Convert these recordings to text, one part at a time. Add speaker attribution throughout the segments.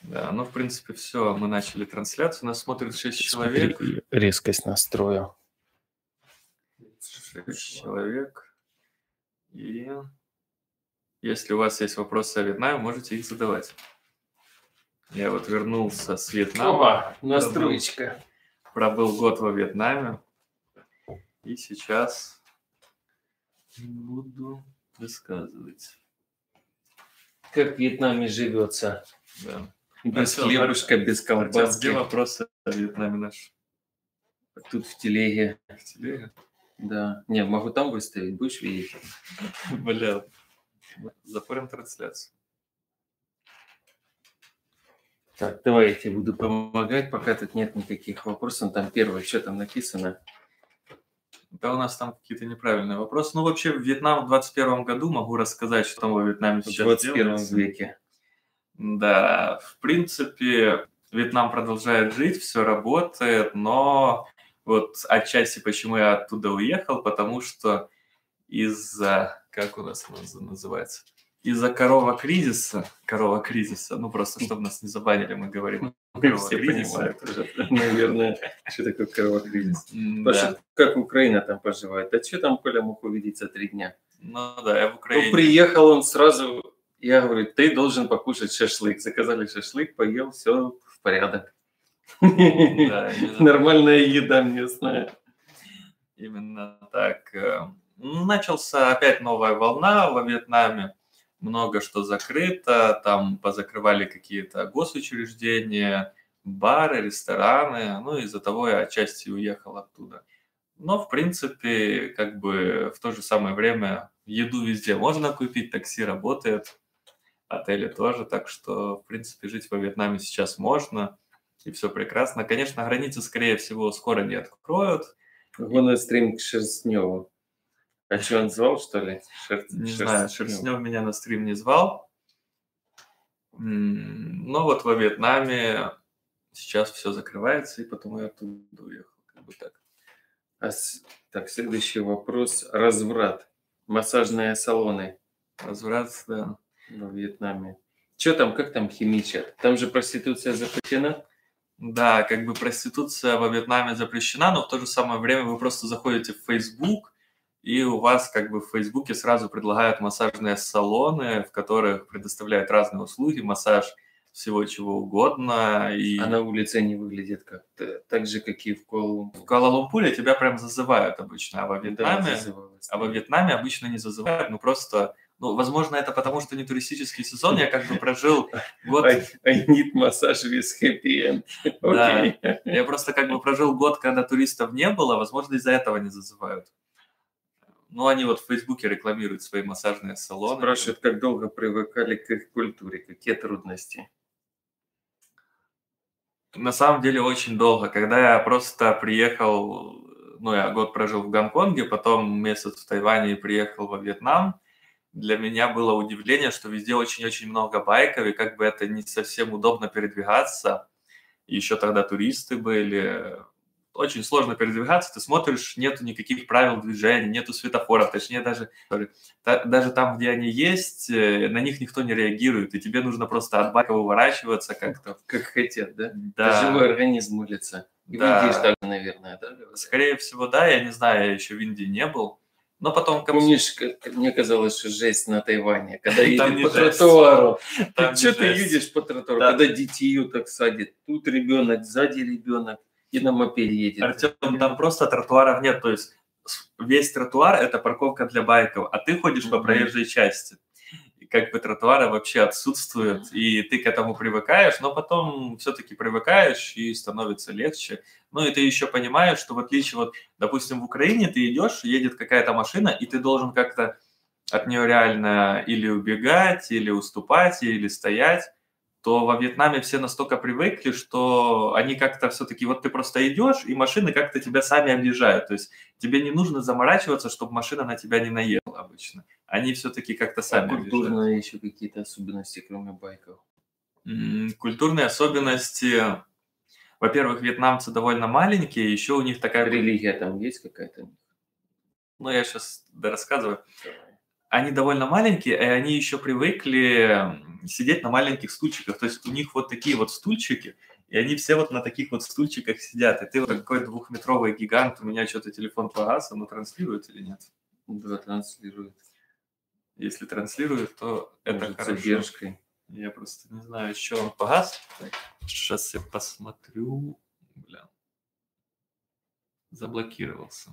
Speaker 1: Да, ну, в принципе, все. Мы начали трансляцию. Нас смотрит 6
Speaker 2: Смотри,
Speaker 1: человек.
Speaker 2: резкость настрою.
Speaker 1: 6 человек. И если у вас есть вопросы о Вьетнаме, можете их задавать. Я вот вернулся с Вьетнама.
Speaker 2: Настроечка.
Speaker 1: Пробыл год во Вьетнаме. И сейчас буду рассказывать.
Speaker 2: Как в Вьетнаме живется?
Speaker 1: Да.
Speaker 2: Без хлебушка, без
Speaker 1: Артём,
Speaker 2: колбаски.
Speaker 1: где вопросы о Вьетнаме наши?
Speaker 2: Тут в телеге.
Speaker 1: В телеге?
Speaker 2: Да. Не, могу там выставить, будешь видеть?
Speaker 1: Бля, запорим трансляцию.
Speaker 2: Так, давай я тебе буду помогать, пока тут нет никаких вопросов. Там первое, что там написано?
Speaker 1: Да, у нас там какие-то неправильные вопросы. Ну, вообще, Вьетнам в 21 году, могу рассказать, что там во Вьетнаме
Speaker 2: В
Speaker 1: сейчас
Speaker 2: 21
Speaker 1: делается.
Speaker 2: веке.
Speaker 1: Да, в принципе, Вьетнам продолжает жить, все работает, но вот отчасти почему я оттуда уехал, потому что из-за, как у нас называется, из-за корова-кризиса, ну просто чтобы нас не забанили, мы говорим
Speaker 2: Все понимают уже, наверное, что такое кровокризис. Паша, как Украина там поживает? А что там Коля мог увидеть за 3 дня?
Speaker 1: Ну да, я в Украине.
Speaker 2: Ну, приехал он сразу, я говорю, ты должен покушать шашлык. Заказали шашлык, поел, все в порядок.
Speaker 1: Да,
Speaker 2: нормальная еда местная.
Speaker 1: Именно так. Начался опять новая волна во Вьетнаме. Много что закрыто, там позакрывали какие-то госучреждения, бары, рестораны. Ну, из-за того я отчасти уехал оттуда. Но, в принципе, как бы в то же самое время еду везде можно купить, такси работает, отели тоже. Так что, в принципе, жить во Вьетнаме сейчас можно, и все прекрасно. Конечно, границы, скорее всего, скоро не откроют.
Speaker 2: Гонострим к Шерстневу. А что, он звал, что ли?
Speaker 1: Не знаю, Шерстнев меня на стрим не звал. Но вот во Вьетнаме сейчас все закрывается, и потому я оттуда уехал. Как бы так.
Speaker 2: Так, следующий вопрос. Разврат. Массажные салоны.
Speaker 1: Разврат, да.
Speaker 2: Во Вьетнаме. Что там, как там химичат? Там же проституция запрещена?
Speaker 1: Да, как бы проституция во Вьетнаме запрещена, но в то же самое время вы просто заходите в Facebook, и у вас как бы в Фейсбуке сразу предлагают массажные салоны, в которых предоставляют разные услуги, массаж всего чего угодно. И
Speaker 2: А на улице они выглядят как-то так же, как и в
Speaker 1: в Куала-Лумпуре тебя прям зазывают обычно, а во Вьетнаме обычно не зазывают, ну просто, ну, возможно, это потому, что не туристический сезон, я как бы прожил год...
Speaker 2: I need massage with happy end.
Speaker 1: Да, я просто как бы прожил год, когда туристов не было, возможно, из-за этого не зазывают. Ну, они вот в Фейсбуке рекламируют свои массажные салоны.
Speaker 2: Спрашивают, как долго привыкали к их культуре, какие трудности?
Speaker 1: На самом деле очень долго. Когда я просто приехал, ну, я год прожил в Гонконге, потом месяц в Тайване и приехал во Вьетнам, для меня было удивление, что везде очень-очень много байков, и как бы это не совсем удобно передвигаться. Еще тогда туристы были. Очень сложно передвигаться, ты смотришь, нету никаких правил движения, нету светофоров, точнее даже там, где они есть, на них никто не реагирует, и тебе нужно просто от байка уворачиваться как-то.
Speaker 2: Как хотят, да?
Speaker 1: Да.
Speaker 2: Живой организм улица. И
Speaker 1: Да.
Speaker 2: в Индии так, наверное, да?
Speaker 1: Скорее всего, да, я не знаю, я еще в Индии не был. Но потом...
Speaker 2: Помнишь, мне казалось, что жесть на Тайване, когда едет по
Speaker 1: жесть.
Speaker 2: тротуару.
Speaker 1: Там
Speaker 2: Что
Speaker 1: не
Speaker 2: ты
Speaker 1: жесть.
Speaker 2: едешь по тротуару,
Speaker 1: Да.
Speaker 2: когда детей так садит. Тут ребенок, сзади ребенок, и на мопеде едет.
Speaker 1: Артём, там просто тротуаров нет, то есть весь тротуар – это парковка для байков, а ты ходишь по проезжей части. И как бы тротуары вообще отсутствуют, и ты к этому привыкаешь, но потом все-таки привыкаешь, и становится легче. Ну и ты еще понимаешь, что в отличие, вот, допустим, в Украине ты идешь, едет какая-то машина, и ты должен как-то от нее реально или убегать, или уступать, или стоять, то во Вьетнаме все настолько привыкли, что они как-то все-таки, вот ты просто идешь, и машины как-то тебя сами объезжают. То есть тебе не нужно заморачиваться, чтобы машина на тебя не наехала обычно. Они все-таки как-то сами объезжают.
Speaker 2: Культурные еще какие-то особенности, кроме байков?
Speaker 1: Культурные особенности... Во-первых, вьетнамцы довольно маленькие, еще у них такая...
Speaker 2: Религия там есть какая-то?
Speaker 1: Ну, я сейчас рассказываю. Они довольно маленькие, и они еще привыкли сидеть на маленьких стульчиках. То есть у них вот такие вот стульчики, и они все вот на таких вот стульчиках сидят. И ты вот такой 2-метровый гигант, у меня что-то телефон погас, но транслирует или нет?
Speaker 2: Да, транслирует.
Speaker 1: Если транслирует, то это
Speaker 2: Может,
Speaker 1: хорошо.
Speaker 2: задержкой.
Speaker 1: Я просто не знаю, еще он погас. Сейчас я посмотрю. Бля. Заблокировался.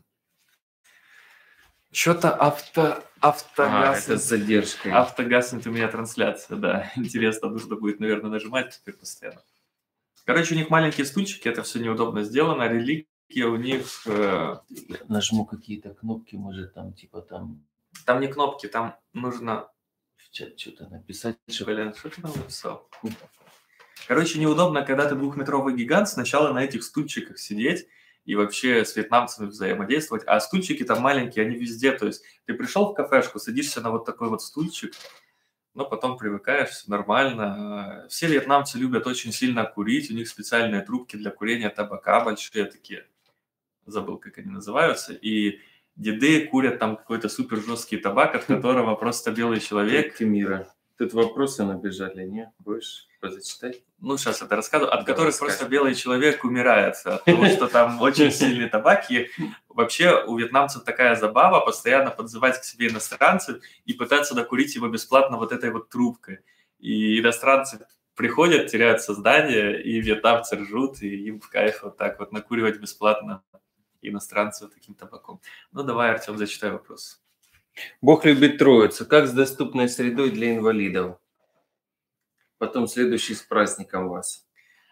Speaker 1: Что-то автогаснет.
Speaker 2: Это с задержкой.
Speaker 1: Автогаснет у меня трансляция, да. Интересно, нужно будет, наверное, нажимать теперь постоянно. Короче, у них маленькие стульчики, это все неудобно сделано. Реликвия у них...
Speaker 2: Нажму какие-то кнопки, может, там, типа, там...
Speaker 1: Там не кнопки, там нужно...
Speaker 2: В чат что-то написать.
Speaker 1: Блин, что ты там написал? Короче, неудобно, когда ты 2-метровый гигант, сначала на этих стульчиках сидеть и вообще с вьетнамцами взаимодействовать, а стульчики там маленькие, они везде, то есть ты пришел в кафешку, садишься на вот такой вот стульчик, но потом привыкаешь, все нормально. Все вьетнамцы любят очень сильно курить, у них специальные трубки для курения табака большие такие, забыл, как они называются, и деды курят там какой-то супер жесткий табак, от которого просто белый человек...
Speaker 2: Мира. Тут вопросы набежали, не? Будешь позачитать?
Speaker 1: Ну, сейчас это рассказываю. От которых просто белый человек умирает. От того, что там очень сильный табак. И вообще у вьетнамцев такая забава постоянно подзывать к себе иностранцев и пытаться докурить его бесплатно вот этой вот трубкой. И иностранцы приходят, теряют сознание, и вьетнамцы ржут, и им в кайф вот так вот накуривать бесплатно иностранцев таким табаком. Ну, давай, Артем, зачитай вопрос.
Speaker 2: Бог любит Троицу. Как с доступной средой для инвалидов? Потом следующий с праздником вас.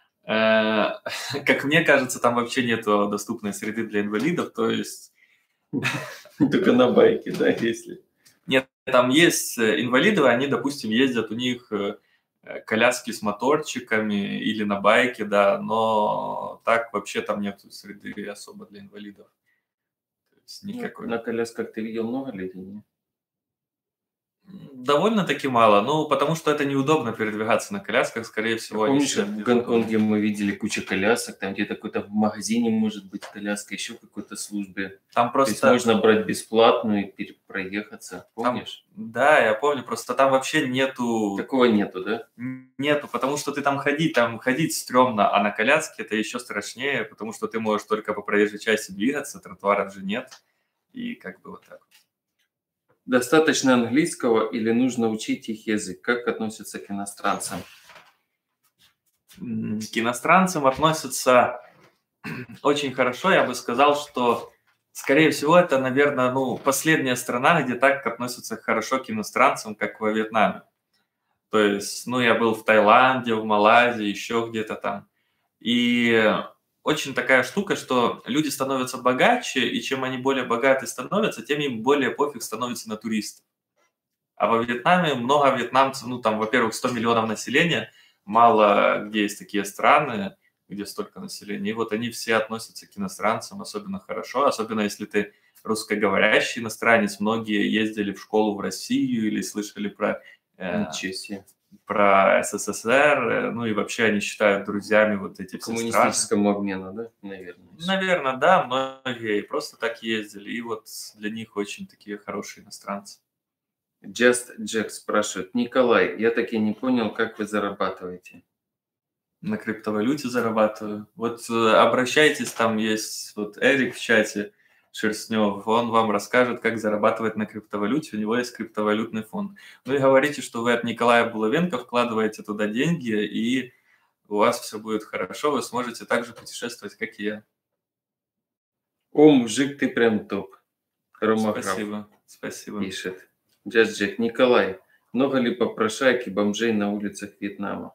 Speaker 1: Как мне кажется, там вообще нету доступной среды для инвалидов, то есть...
Speaker 2: Только на байке, да, если...
Speaker 1: Нет, там есть инвалиды, они, допустим, ездят, у них коляски с моторчиками или на байке, да, но так вообще там нету среды особо для инвалидов. То есть никакой.
Speaker 2: На колясках ты видел много людей?
Speaker 1: Довольно-таки мало, ну, потому что это неудобно передвигаться на колясках, скорее всего.
Speaker 2: Помнишь, в Гонконге мы видели кучу колясок, там где-то какой-то в магазине может быть коляска, еще в какой-то службе.
Speaker 1: Там просто...
Speaker 2: То есть можно брать бесплатную и проехаться, помнишь?
Speaker 1: Там... Да, я помню, просто там вообще нету...
Speaker 2: Такого нету, да?
Speaker 1: Нету, потому что ты там ходить стрёмно, а на коляске это еще страшнее, потому что ты можешь только по проезжей части двигаться, тротуаров же нет, и как бы вот так.
Speaker 2: Достаточно английского или нужно учить их язык? Как относятся к иностранцам?
Speaker 1: К иностранцам относятся очень хорошо. Я бы сказал, что, скорее всего, это, наверное, последняя страна, где так относятся хорошо к иностранцам, как во Вьетнаме. То есть, я был в Таиланде, в Малайзии, еще где-то там. И очень такая штука, что люди становятся богаче, и чем они более богаты становятся, тем им более пофиг становится на туристов. А во Вьетнаме много вьетнамцев, там, во-первых, 100 миллионов населения, мало где есть такие страны, где столько населения. И вот они все относятся к иностранцам особенно хорошо, особенно если ты русскоговорящий иностранец. Многие ездили в школу в Россию или слышали про СССР, и вообще они считают друзьями вот эти все страны.
Speaker 2: Коммунистическому обмену, да, наверное?
Speaker 1: Наверное, да, многие просто так ездили, и вот для них очень такие хорошие иностранцы.
Speaker 2: Just Jack спрашивает: Николай, я так и не понял, как вы зарабатываете?
Speaker 1: На криптовалюте зарабатываю. Вот обращайтесь, там есть вот Эрик в чате, Шерстнев, он вам расскажет, как зарабатывать на криптовалюте, у него есть криптовалютный фонд. Ну и говорите, что вы от Николая Булавенко вкладываете туда деньги, и у вас все будет хорошо, вы сможете так же путешествовать, как и я.
Speaker 2: О, мужик, ты прям топ.
Speaker 1: Спасибо.
Speaker 2: Пишет. Just Jack. Николай, много ли попрошаек и бомжей на улицах Вьетнама?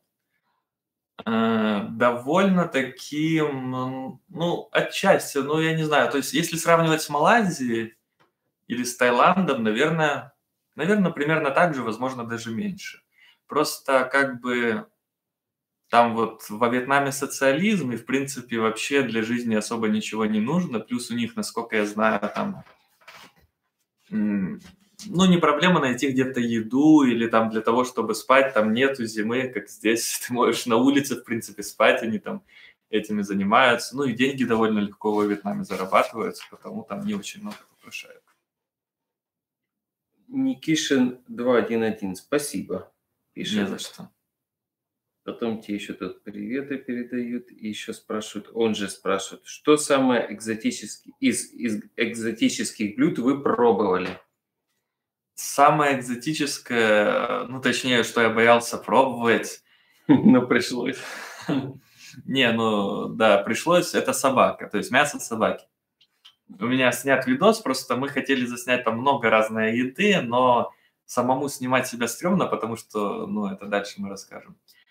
Speaker 1: Довольно-таки, отчасти, я не знаю. То есть, если сравнивать с Малайзией или с Таиландом, наверное, примерно так же, возможно, даже меньше. Просто как бы там вот во Вьетнаме социализм, и, в принципе, вообще для жизни особо ничего не нужно. Плюс у них, насколько я знаю, там... не проблема найти где-то еду или там для того, чтобы спать, там нету зимы, как здесь. Ты можешь на улице, в принципе, спать, они там этими занимаются. И деньги довольно легко во Вьетнаме зарабатываются, потому там не очень много попрошаек.
Speaker 2: Никишин 211, спасибо,
Speaker 1: Не
Speaker 2: пишет.
Speaker 1: за что.
Speaker 2: Потом тебе еще тут приветы передают. И еще спрашивают, он же спрашивает, что самое экзотическое из экзотических блюд вы пробовали?
Speaker 1: Самое экзотическое, ну, точнее, что я боялся пробовать,
Speaker 2: Но пришлось.
Speaker 1: не, ну, да, пришлось, это собака, то есть мясо собаки. У меня снят видос, просто мы хотели заснять там много разной еды, но самому снимать себя стрёмно, потому что, ну, это дальше мы расскажем.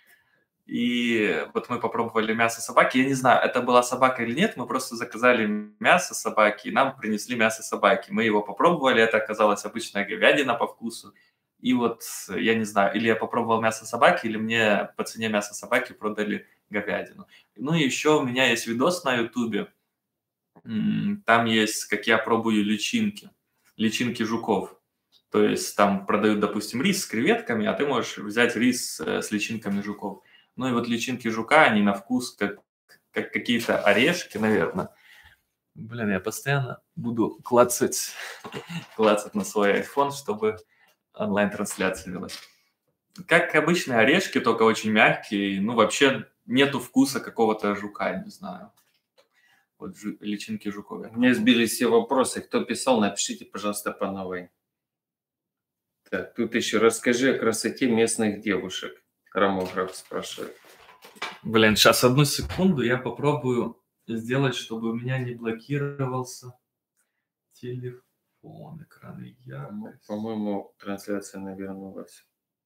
Speaker 1: И вот мы попробовали мясо собаки. Я не знаю, это была собака или нет, мы просто заказали мясо собаки, и нам принесли мясо собаки. Мы его попробовали, это оказалась обычная говядина по вкусу. И вот, я не знаю, или я попробовал мясо собаки, или мне по цене мяса собаки продали говядину. Ну и еще у меня есть видос на ютубе, там есть, как я пробую личинки жуков. То есть там продают, допустим, рис с креветками, а ты можешь взять рис с личинками жуков. Ну и вот личинки жука, они на вкус как какие-то орешки, наверное. Блин, я постоянно буду клацать на свой iPhone, чтобы онлайн-трансляция велась. Как обычные орешки, только очень мягкие. Ну, вообще нету вкуса какого-то жука, не знаю. Вот личинки жуков.
Speaker 2: У меня сбились все вопросы. Кто писал, напишите, пожалуйста, по новой. Так, тут еще расскажи о красоте местных девушек. Ромограф спрашивает.
Speaker 1: Блин, сейчас одну секунду, я попробую сделать, чтобы у меня не блокировался телефон, экран яркость.
Speaker 2: По-моему, трансляция навернулась.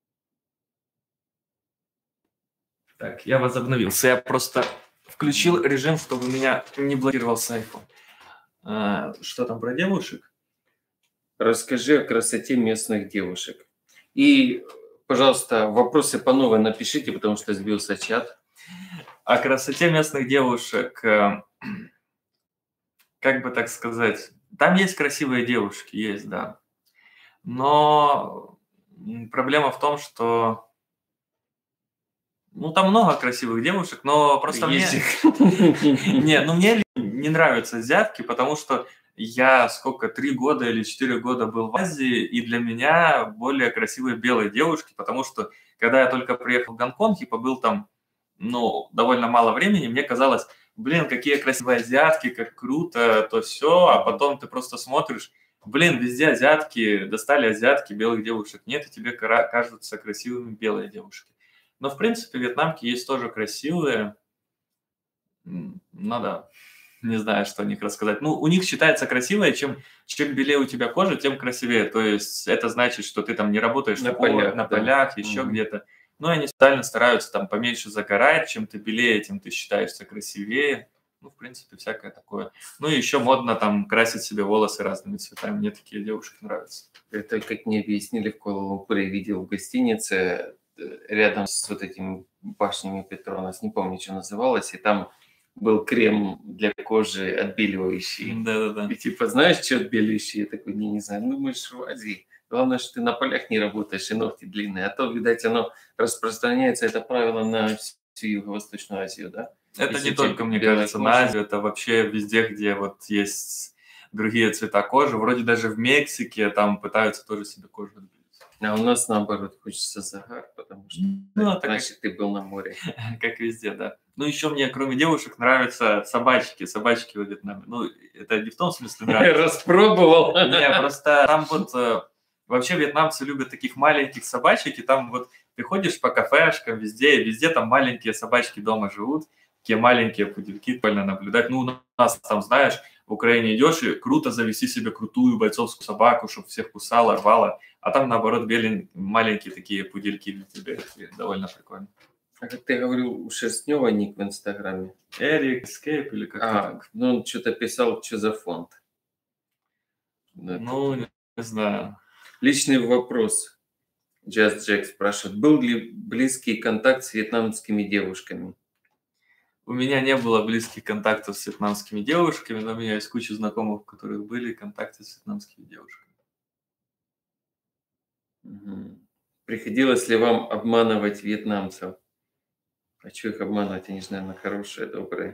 Speaker 1: Так, я возобновился. Я просто включил режим, чтобы у меня не блокировался iPhone. Что там про девушек?
Speaker 2: Расскажи о красоте местных девушек. И, пожалуйста, вопросы по новой напишите, потому что сбился чат.
Speaker 1: О красоте местных девушек, как бы так сказать, там есть красивые девушки, есть, да. Но проблема в том, что ну, там много красивых девушек, но просто
Speaker 2: Есть
Speaker 1: Не, ну мне не нравятся азиатки, потому что я 3 года или 4 года был в Азии, и для меня более красивые белые девушки, потому что когда я только приехал в Гонконг и побыл там, ну, довольно мало времени, мне казалось, блин, какие красивые азиатки, как круто, то все, а потом ты просто смотришь, блин, везде азиатки, достали азиатки, белых девушек нет, и тебе кажутся красивыми белые девушки. Но, в принципе, вьетнамки есть тоже красивые. Ну да, не знаю, что о них рассказать. Ну, у них считается красивое, чем белее у тебя кожа, тем красивее. То есть это значит, что ты там не работаешь
Speaker 2: на полях,
Speaker 1: на полях, еще где-то. Ну, они специально стараются там поменьше загорать, чем ты белее, тем ты считаешься красивее. Ну, в принципе, всякое такое. Ну, и еще модно там красить себе волосы разными цветами. Мне такие девушки нравятся.
Speaker 2: Это, как мне объяснили, в Куала-Лумпуре видел в гостинице рядом с вот этими башнями Петронас, не помню, что называлось, и там был крем для кожи отбеливающий.
Speaker 1: Да-да-да.
Speaker 2: И типа, знаешь, что отбеливающий? Я такой, не знаю, ну мы же в Азии. Главное, что ты на полях не работаешь и ногти длинные. А то, видать, оно распространяется, это правило, на всю Юго-Восточную Азию, да?
Speaker 1: Это
Speaker 2: Если
Speaker 1: не только, мне кажется, на Азию, это вообще везде, где вот есть другие цвета кожи. Вроде даже в Мексике там пытаются тоже себе кожу отбелить.
Speaker 2: А у нас, наоборот, хочется загар, потому что, значит, ты был на море.
Speaker 1: Как везде, да. Ну, еще мне, кроме девушек, нравятся собачки во Вьетнаме. Ну, это не в том смысле нравится.
Speaker 2: Распробовал.
Speaker 1: Не, просто там вот вообще вьетнамцы любят таких маленьких собачек, и там вот ты ходишь по кафешкам везде там маленькие собачки дома живут, такие маленькие пудельки, прикольно наблюдать. Ну, у нас там, знаешь, в Украине идешь, и круто завести себе крутую бойцовскую собаку, чтобы всех кусала, рвала, а там, наоборот, маленькие такие пудельки для тебя. Это довольно прикольно.
Speaker 2: А как ты говорил, у Шерстнева ник в Инстаграме?
Speaker 1: Эрик, Escape или как-то так.
Speaker 2: Ну он что-то писал, что за фонд.
Speaker 1: Ну, не знаю.
Speaker 2: Личный вопрос. Just Jack спрашивает, был ли близкий контакт с вьетнамскими девушками?
Speaker 1: У меня не было близких контактов с вьетнамскими девушками, но у меня есть куча знакомых, у которых были контакты с вьетнамскими девушками.
Speaker 2: Угу. Приходилось ли вам обманывать вьетнамцев? А что их обманывать? Они же, наверное, хорошие, добрые.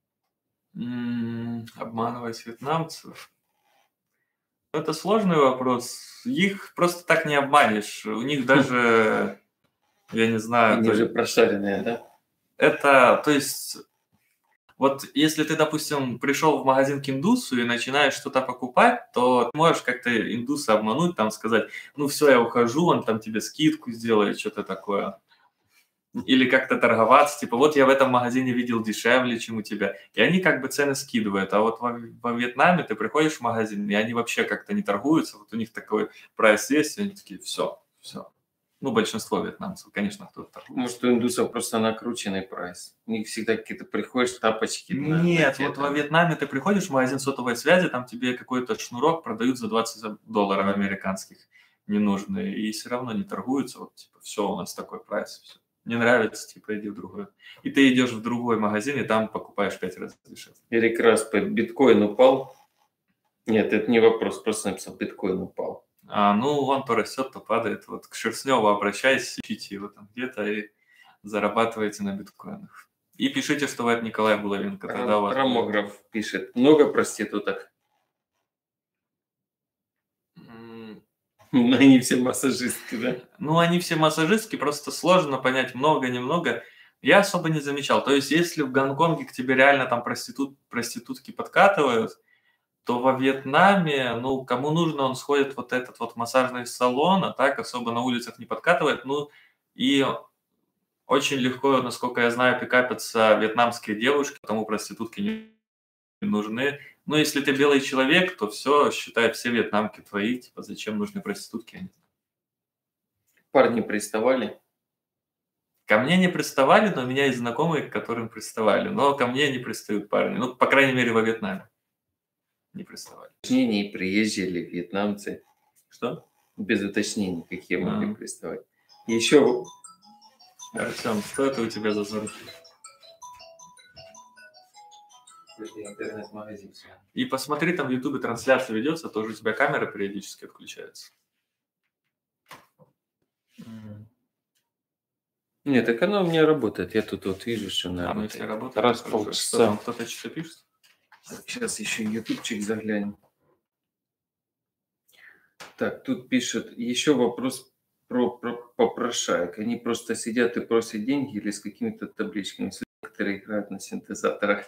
Speaker 1: Обманывать вьетнамцев? Это сложный вопрос. Их просто так не обманешь. У них даже я не знаю.
Speaker 2: Они уже прошаренные, да?
Speaker 1: Это, то есть, вот если ты, допустим, пришел в магазин к индусу и начинаешь что-то покупать, то ты можешь как-то индуса обмануть, там сказать, ну все, я ухожу, он там тебе скидку сделает, что-то такое. Или как-то торговаться, типа, вот я в этом магазине видел дешевле, чем у тебя. И они как бы цены скидывают. А вот во Вьетнаме ты приходишь в магазин, и они вообще как-то не торгуются. Вот у них такой прайс есть, и они такие, все. Ну, большинство вьетнамцев, конечно, кто-то торгует.
Speaker 2: Может, у индусов просто накрученный прайс. У них всегда какие-то приходишь, тапочки.
Speaker 1: Нет, вот во Вьетнаме ты приходишь в магазин сотовой связи, там тебе какой-то шнурок продают за $20 американских ненужные, и все равно не торгуются. Вот, типа, все, у нас такой прайс, все. Не нравится, типа, иди в другой. И ты идешь в другой магазин, и там покупаешь 5 раз дешевле.
Speaker 2: Эрик Распет, биткоин упал. Нет, это не вопрос, просто написал, биткоин упал.
Speaker 1: Ну, он то растет, то падает. Вот к Шерстневу обращайтесь, ищите его там где-то и зарабатывайте на биткоинах. И пишите, что вы от Николая Булавенко. Тогда у вас
Speaker 2: Ромограф пишет, много проституток. Они все массажистки, да?
Speaker 1: Ну, они все массажистки, просто сложно понять, много-немного. Я особо не замечал. То есть, если в Гонконге к тебе реально там проститутки подкатывают, то во Вьетнаме, ну, кому нужно, он сходит в вот этот вот массажный салон, а так особо на улицах не подкатывает. Ну, и очень легко, насколько я знаю, пикапятся вьетнамские девушки, потому проститутки не нужны. Ну, если ты белый человек, то все, считай, все вьетнамки твои, типа, зачем нужны проститутки?
Speaker 2: Парни приставали?
Speaker 1: Ко мне не приставали, но у меня есть знакомые, к которым приставали. Но ко мне не пристают парни. Ну, по крайней мере, во Вьетнаме не приставали.
Speaker 2: Уточнений, приезжие ли вьетнамцы?
Speaker 1: Что?
Speaker 2: Без уточнений, какие могли приставать. Еще...
Speaker 1: Артем, что это у тебя за звук?
Speaker 2: Интернет-магазин.
Speaker 1: И посмотри, там в Ютубе трансляция ведется, тоже у тебя камера периодически отключается.
Speaker 2: Нет, так оно у меня работает. Я тут вот вижу, что она
Speaker 1: работает. Если работает,
Speaker 2: раз в полчаса.
Speaker 1: Кто-то что-то пишет?
Speaker 2: Сейчас еще ютубчик заглянем. Так, тут пишут, еще вопрос про попрошаек. Они просто сидят и просят деньги или с какими-то табличками? Некоторые играют на синтезаторах.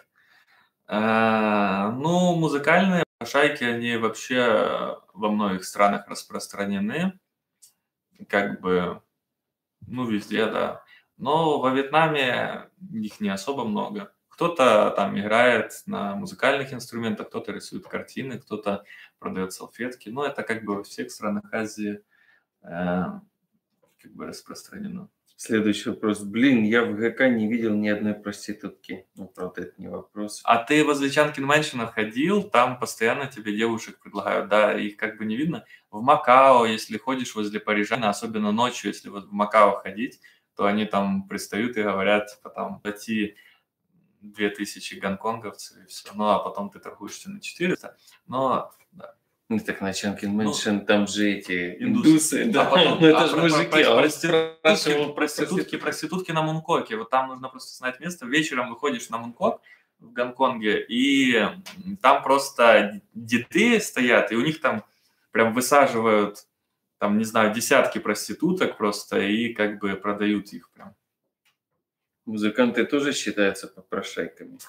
Speaker 1: Ну, музыкальные попрошайки, они вообще во многих странах распространены. Как бы, ну, везде, да. Но во Вьетнаме их не особо много. Кто-то там играет на музыкальных инструментах, кто-то рисует картины, кто-то продает салфетки. Но это как бы во всех странах Азии как бы распространено.
Speaker 2: Следующий вопрос. Блин, я в ГК не видел ни одной проститутки. Ну, правда, это не вопрос.
Speaker 1: А ты возле Чанкин Мэншена ходил, там постоянно тебе девушек предлагают, да, их как бы не видно. В Макао, если ходишь возле парижана, особенно ночью, если вот в Макао ходить, то они там пристают и говорят, типа там, плати 2000 гонконговцев и все. Ну, а потом ты торгуешься на 400. Но, да.
Speaker 2: Ну, так на Чанкин Мэншен, там же эти индусы, да.
Speaker 1: А потом,
Speaker 2: ну, это же мужики.
Speaker 1: Проститутки на Мункоке. Вот там нужно просто знать место. Вечером выходишь на Мункок в Гонконге, и там просто деды стоят, и у них там прям высаживают, там, не знаю, десятки проституток просто, и как бы продают их прям.
Speaker 2: Музыканты тоже считаются попрошайками?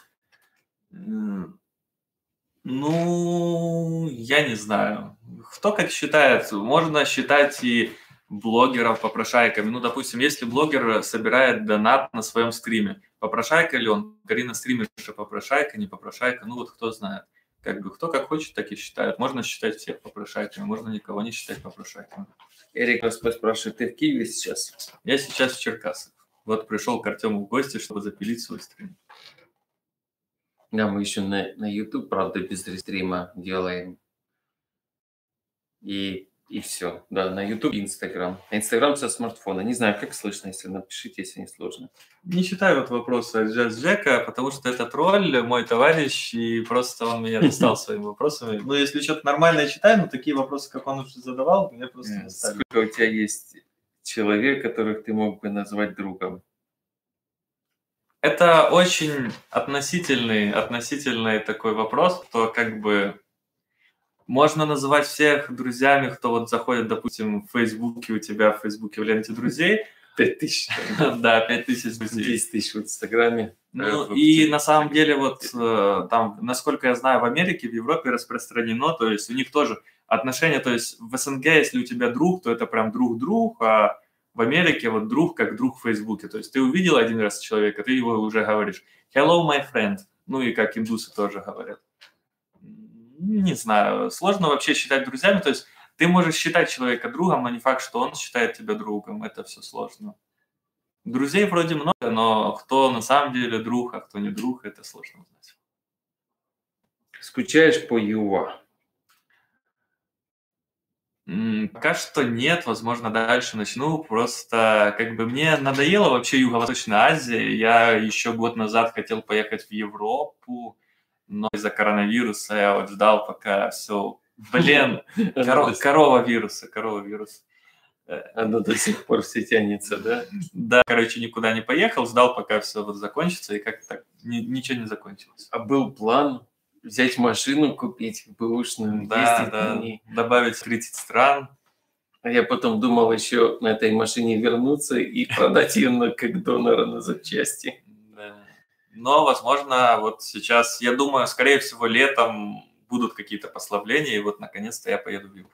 Speaker 1: Ну, я не знаю. Кто как считает. Можно считать и блогеров попрошайками. Ну, допустим, если блогер собирает донат на своем стриме, попрошайка ли он? Карина стримерша попрошайка, не попрошайка? Ну, вот кто знает. Как бы кто как хочет, так и считает. Можно считать всех попрошайками, можно никого не считать попрошайками.
Speaker 2: Эрик вас спрашивает, ты в Киеве сейчас?
Speaker 1: Я сейчас в Черкасах. Вот пришел к Артему в гости, чтобы запилить свой стрим.
Speaker 2: Да, мы еще на YouTube, правда, без рестрима делаем. И все. Да, на YouTube и Instagram. Инстаграм со смартфона. Не знаю, как слышно, если напишите, если не сложно.
Speaker 1: Не читаю вот вопросы от Джека, потому что это тролль, мой товарищ, и просто он меня достал своими вопросами. Ну, если что-то нормальное читаю, но такие вопросы, как он уже задавал, меня просто достали.
Speaker 2: Сколько у тебя есть человек, которых ты мог бы назвать другом?
Speaker 1: Это очень относительный такой вопрос, то как бы можно называть всех друзьями, кто вот заходит, допустим, в Фейсбуке, у тебя в Фейсбуке в ленте друзей,
Speaker 2: 5000.
Speaker 1: Да, 5000 друзей.
Speaker 2: 10 тысяч в Инстаграме.
Speaker 1: Ну, и на самом деле, вот там, насколько я знаю, в Америке, в Европе распространено, то есть у них тоже отношения, то есть в СНГ, если у тебя друг, то это прям друг-друг, а в Америке вот друг как друг в Фейсбуке. То есть ты увидел один раз человека, ты его уже говоришь «Hello, my friend». Ну и как индусы тоже говорят. Не знаю, сложно вообще считать друзьями, то есть ты можешь считать человека другом, но не факт, что он считает тебя другом, это все сложно. Друзей вроде много, но кто на самом деле друг, а кто не друг, это сложно узнать.
Speaker 2: Скучаешь по ЮА?
Speaker 1: Пока что нет, возможно, дальше начну. Просто как бы мне надоело вообще Юго-Восточная Азия. Я еще год назад хотел поехать в Европу, но из-за коронавируса я вот ждал, пока все... Блин, корова вируса.
Speaker 2: Оно до сих пор все тянется, да?
Speaker 1: Да, короче, никуда не поехал, ждал, пока все вот закончится, и как-то так ничего не закончилось.
Speaker 2: А был план взять машину, купить бэушную, ездить на ней.
Speaker 1: Добавить 30 стран.
Speaker 2: А я потом думал еще на этой машине вернуться и продать ее как донора на запчасти.
Speaker 1: Да. Но, возможно, вот сейчас, я думаю, скорее всего, летом будут какие-то послабления, и вот наконец-то я поеду в Европу.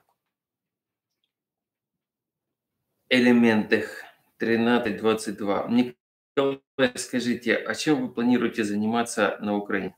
Speaker 2: Элементах 13-22. Николай, скажите, а чем вы планируете заниматься на Украине?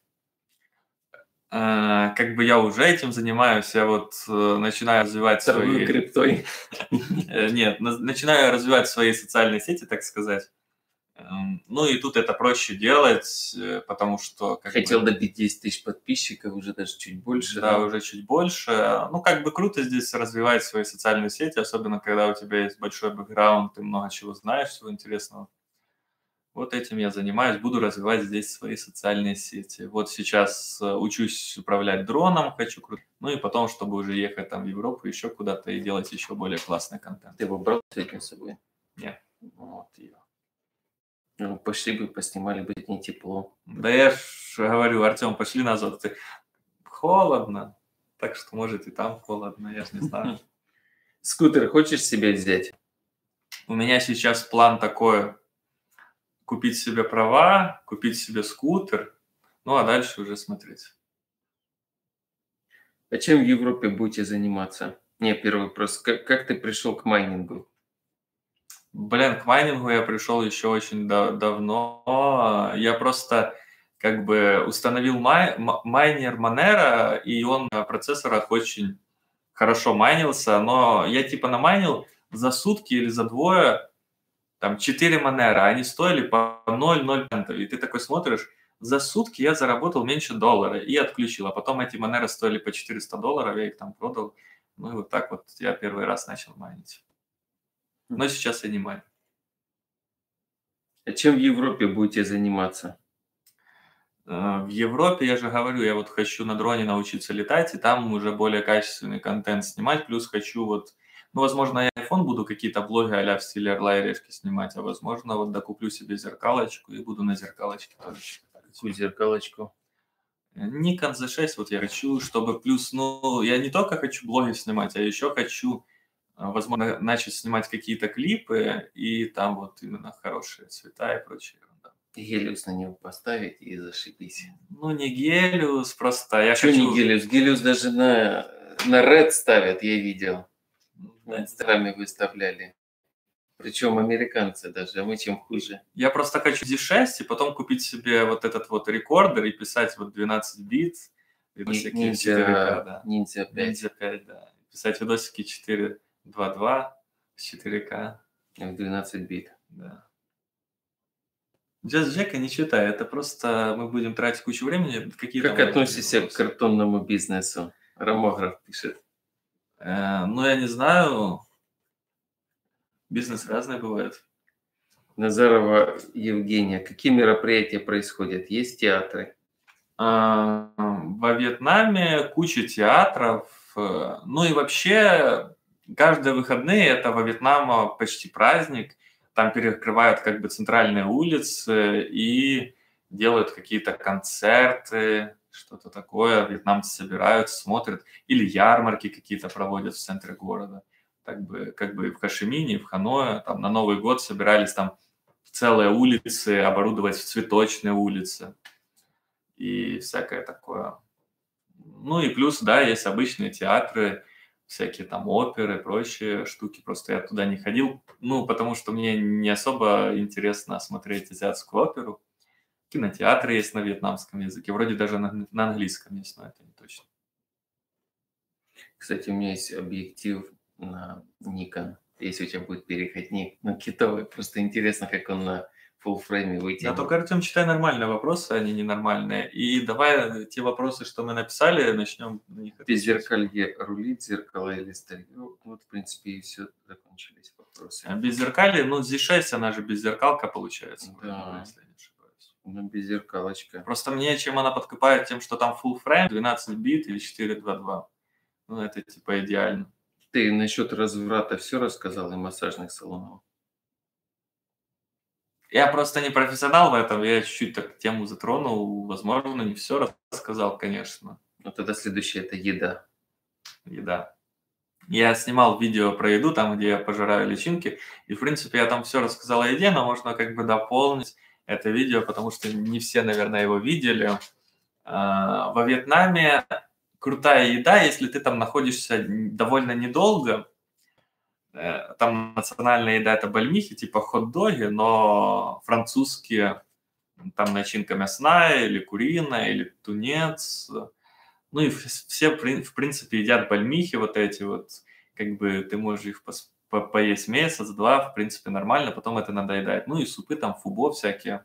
Speaker 1: Как бы я уже этим занимаюсь, я вот начинаю развивать
Speaker 2: Торгую криптой.
Speaker 1: Нет, начинаю развивать свои социальные сети, так сказать. Ну и тут это проще делать, потому что...
Speaker 2: Хотел добить 10 тысяч подписчиков, уже даже чуть больше.
Speaker 1: Да, уже чуть больше. Ну, как бы круто здесь развивать свои социальные сети, особенно когда у тебя есть большой бэкграунд, ты много чего знаешь, всего интересного. Вот этим я занимаюсь, буду развивать здесь свои социальные сети. Вот сейчас учусь управлять дроном, хочу круто. Ну и потом, чтобы уже ехать там в Европу, еще куда-то и делать еще более классный контент.
Speaker 2: Ты его брал сегодня с собой?
Speaker 1: Нет. Вот ее.
Speaker 2: Ну, пошли бы, поснимали бы, не тепло.
Speaker 1: Да я ж говорю, Артем, пошли назад. Ты... Холодно. Так что, может, и там холодно, я ж не знаю.
Speaker 2: Скутер хочешь себе взять?
Speaker 1: У меня сейчас план такой. Купить себе права, купить себе скутер, ну а дальше уже смотреть.
Speaker 2: А чем в Европе будете заниматься? Не, первый вопрос. Как ты пришел к майнингу?
Speaker 1: Блин, к майнингу я пришел еще очень давно. Я просто как бы установил майнер Monero, и он на процессорах очень хорошо майнился, но я типа намайнил за сутки или за двое там 4 Monero, они стоили по 0,0 центов. И ты такой смотришь, за сутки я заработал меньше $1 и отключил. А потом эти Monero стоили по $400, я их там продал. Ну и вот так вот я первый раз начал майнить. Но сейчас я не майню.
Speaker 2: А чем в Европе будете заниматься?
Speaker 1: В Европе, я же говорю, я вот хочу на дроне научиться летать, и там уже более качественный контент снимать. Плюс хочу вот, ну, возможно, я iPhone буду какие-то блоги а-ля в стиле Орла и Решки снимать, а возможно, вот докуплю себе зеркалочку и буду на зеркалочке тоже.
Speaker 2: Какую зеркалочку?
Speaker 1: Nikon Z6 вот я хочу, чтобы плюс, ну, я не только хочу блоги снимать, а еще хочу, возможно, начать снимать какие-то клипы, и там вот именно хорошие цвета и прочее.
Speaker 2: Гелиус на него поставить и зашибись.
Speaker 1: Ну, не Гелиус, просто я
Speaker 2: Чё
Speaker 1: хочу...
Speaker 2: не Гелиус? Гелиус даже на Red ставят, я видел. На Инстаграме выставляли. Причем американцы даже, а мы чем хуже.
Speaker 1: Я просто хочу Z6 и потом купить себе вот этот вот рекордер и писать вот 12 бит. Видосики 4К, да.
Speaker 2: Ниндзя 5.
Speaker 1: Ниндзя 5, да. Писать видосики 4.2.2 с 4К.
Speaker 2: В 12 бит.
Speaker 1: Да. Джаз Джека не читай, это просто мы будем тратить кучу времени.
Speaker 2: Как относишься к картонному бизнесу? Ромограф пишет.
Speaker 1: Ну, я не знаю. Бизнес разный бывает.
Speaker 2: Назарова Евгения. Какие мероприятия происходят? Есть театры?
Speaker 1: Во Вьетнаме куча театров. Ну и вообще, каждые выходные это во Вьетнаме почти праздник. Там перекрывают как бы центральные улицы и делают какие-то концерты, что-то такое. Вьетнамцы собираются, смотрят. Или ярмарки какие-то проводят в центре города. как бы в Хошимине, в Ханое, там на Новый год собирались там целые улицы оборудовать в цветочные улицы и всякое такое. Ну и плюс, да, есть обычные театры, всякие там оперы, прочие штуки. Просто я туда не ходил, ну, потому что мне не особо интересно смотреть азиатскую оперу. Кинотеатры есть на вьетнамском языке, вроде даже на английском есть, но это не точно.
Speaker 2: Кстати, у меня есть объектив на Nikon. Если у тебя будет переходник на китовый, просто интересно, как он на full фрейме
Speaker 1: Да,
Speaker 2: вытянет.
Speaker 1: только, Артем, читай нормальные вопросы, а не ненормальные. И давай те вопросы, что мы написали, начнем на них отвечать.
Speaker 2: Беззеркалье рулит, зеркало или старье. Вот, в принципе, и все, закончились вопросы.
Speaker 1: А беззеркалье, ну, Z6, она же беззеркалка получается, вроде бы,
Speaker 2: Да.
Speaker 1: если я не ошибаюсь.
Speaker 2: Ну, беззеркалочка.
Speaker 1: Просто мне, чем она подкупает, тем, что там full frame, 12 бит или 422. Ну, это типа идеально.
Speaker 2: Ты насчет разврата все рассказал и массажных салонов?
Speaker 1: Я просто не профессионал в этом, я чуть-чуть так тему затронул, возможно, не все рассказал, конечно.
Speaker 2: Ну, тогда следующее – это еда.
Speaker 1: Еда. Я снимал видео про еду, там, где я пожираю личинки, и, в принципе, я там все рассказал о еде, но можно как бы дополнить это видео, потому что не все, наверное, его видели. Во Вьетнаме крутая еда, если ты там находишься довольно недолго. Там национальная еда – это бальмихи, типа хот-доги, но французские, там начинка мясная или куриная, или тунец. Ну и все, в принципе, едят бальмихи вот эти вот. Как бы ты можешь их поесть месяц-два, в принципе, нормально, потом это надоедает. Ну и супы там, фубо всякие.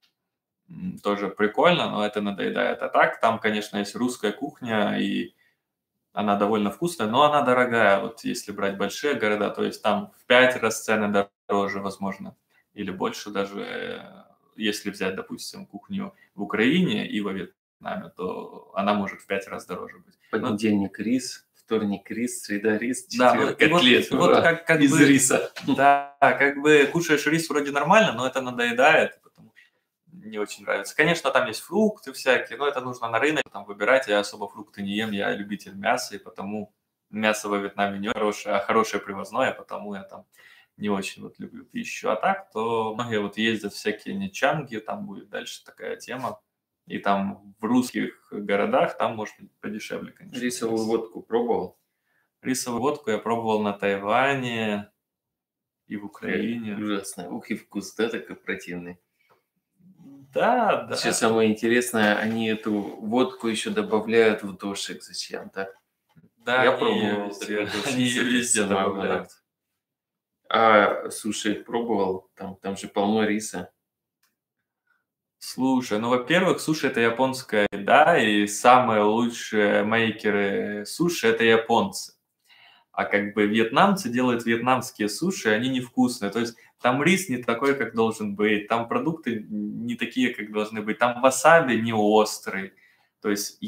Speaker 1: Тоже прикольно, но это надоедает. А так, там, конечно, есть русская кухня, и она довольно вкусная, но она дорогая. Вот если брать большие города, то есть там в 5 раз цены дороже, возможно, или больше даже. Если взять, допустим, кухню в Украине и во Вьетнаме, то она может в 5 раз дороже быть.
Speaker 2: Понедельник рис, вторник рис, среда рис,
Speaker 1: Да,
Speaker 2: четверг
Speaker 1: и
Speaker 2: котлет.
Speaker 1: вот как
Speaker 2: из
Speaker 1: бы,
Speaker 2: риса.
Speaker 1: да, как бы кушаешь рис вроде нормально, но это надоедает, потому не очень нравится. Конечно, там есть фрукты всякие, но это нужно на рынок там выбирать. Я особо фрукты не ем, я любитель мяса, и потому мясо во Вьетнаме не хорошее, а хорошее привозное, потому я там не очень вот люблю пищу. А так, то многие вот ездят всякие нечанги, там будет дальше такая тема. И там в русских городах там может быть подешевле, конечно.
Speaker 2: Рисовую водку пробовал?
Speaker 1: Рисовую водку я пробовал на Тайване и в Украине.
Speaker 2: Ужасно. Ух и вкус, да, такой противный.
Speaker 1: Да.
Speaker 2: Еще самое интересное, они эту водку еще добавляют в дошик зачем-то.
Speaker 1: Да,
Speaker 2: я пробовал.
Speaker 1: Они ее везде добавляют.
Speaker 2: А суши пробовал? Там же полно риса.
Speaker 1: Слушай, ну, во-первых, суши – это японская еда, и самые лучшие мейкеры суши – это японцы. А как бы вьетнамцы делают вьетнамские суши, они невкусные. То есть там рис не такой, как должен быть, там продукты не такие, как должны быть, там васаби не острый. То есть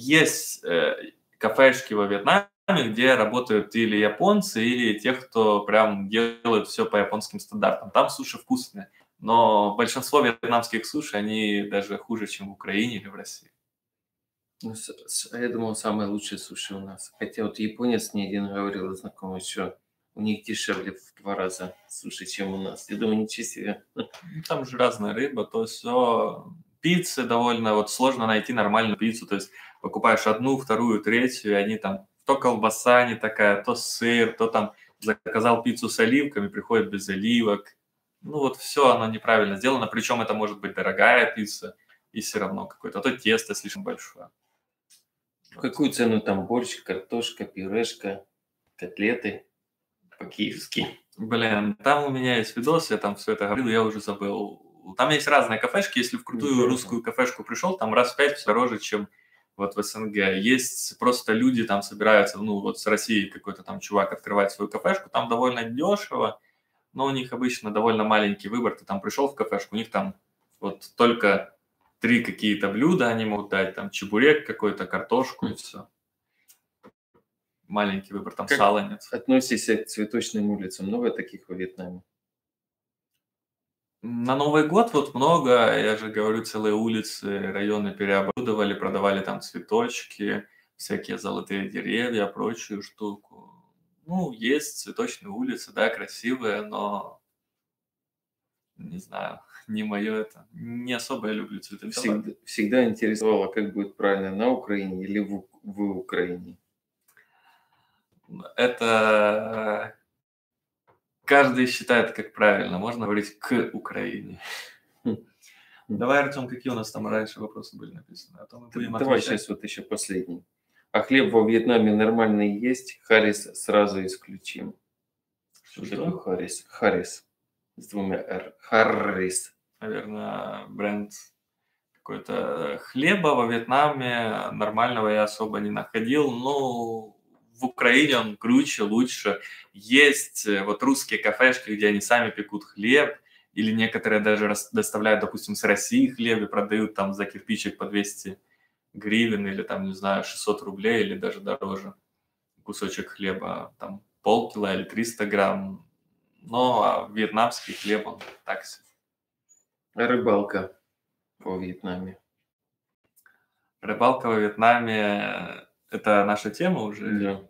Speaker 1: кафешки во Вьетнаме, где работают или японцы, или тех, кто прям делают все по японским стандартам. Там суши вкусные. Но большинство вьетнамских суши, они даже хуже, чем в Украине или в России.
Speaker 2: Ну, я думал, самые лучшие суши у нас. Хотя вот японец мне один говорил, знакомый, что у них дешевле в 2 раза суши, чем у нас. Я думаю, ничего себе.
Speaker 1: Там же разная рыба, то все. Пиццы довольно вот сложно найти нормальную пиццу. То есть покупаешь одну, вторую, третью, и они там то колбаса не такая, то сыр, то там заказал пиццу с оливками, приходит без оливок. Ну вот все оно неправильно сделано. Причем это может быть дорогая пицца, и все равно какое-то. А то тесто слишком большое.
Speaker 2: В какую цену там борщ, картошка, пюрешка, котлеты по-киевски?
Speaker 1: Блин, там у меня есть видос, я там все это говорил, я уже забыл. Там есть разные кафешки, если в крутую русскую кафешку пришел, там раз в 5 все дороже, чем вот в СНГ. Есть просто люди там собираются, ну вот с России какой-то там чувак открывает свою кафешку, там довольно дешево, но у них обычно довольно маленький выбор. Ты там пришел в кафешку, у них там вот только 3 какие-то блюда они могут дать, там чебурек какой-то, картошку и все. Маленький выбор, там сала нет.
Speaker 2: Относишься к цветочным улицам? Много таких во Вьетнаме?
Speaker 1: На Новый год вот много, я же говорю, целые улицы, районы переоборудовали, продавали там цветочки, всякие золотые деревья, прочую штуку. Ну, есть цветочные улицы, да, красивые, но не знаю, не мое это. Не особо я люблю цветовать.
Speaker 2: Всегда интересовало, как будет правильно, на Украине или в Украине.
Speaker 1: Это каждый считает, как правильно. Можно говорить к Украине.
Speaker 2: Хм.
Speaker 1: Давай, Артем, какие у нас там раньше вопросы были написаны? А то мы будем
Speaker 2: Давай
Speaker 1: отвечать.
Speaker 2: сейчас вот еще последний. А хлеб во Вьетнаме нормальный есть? Харрис сразу исключим. Что такое Харрис? Харрис. С двумя «р». Харрис.
Speaker 1: Наверное, бренд какой-то хлеба во Вьетнаме нормального я особо не находил. Ну, в Украине он круче, лучше. Есть вот русские кафешки, где они сами пекут хлеб, или некоторые даже доставляют, допустим, с России хлеб и продают там за кирпичик по 200 гривен или там, не знаю, 600 рублей или даже дороже кусочек хлеба, там полкило или 300 грамм. Но а вьетнамский хлеб, он так себе.
Speaker 2: Рыбалка во Вьетнаме.
Speaker 1: Рыбалка во Вьетнаме – это наша тема уже?
Speaker 2: Да.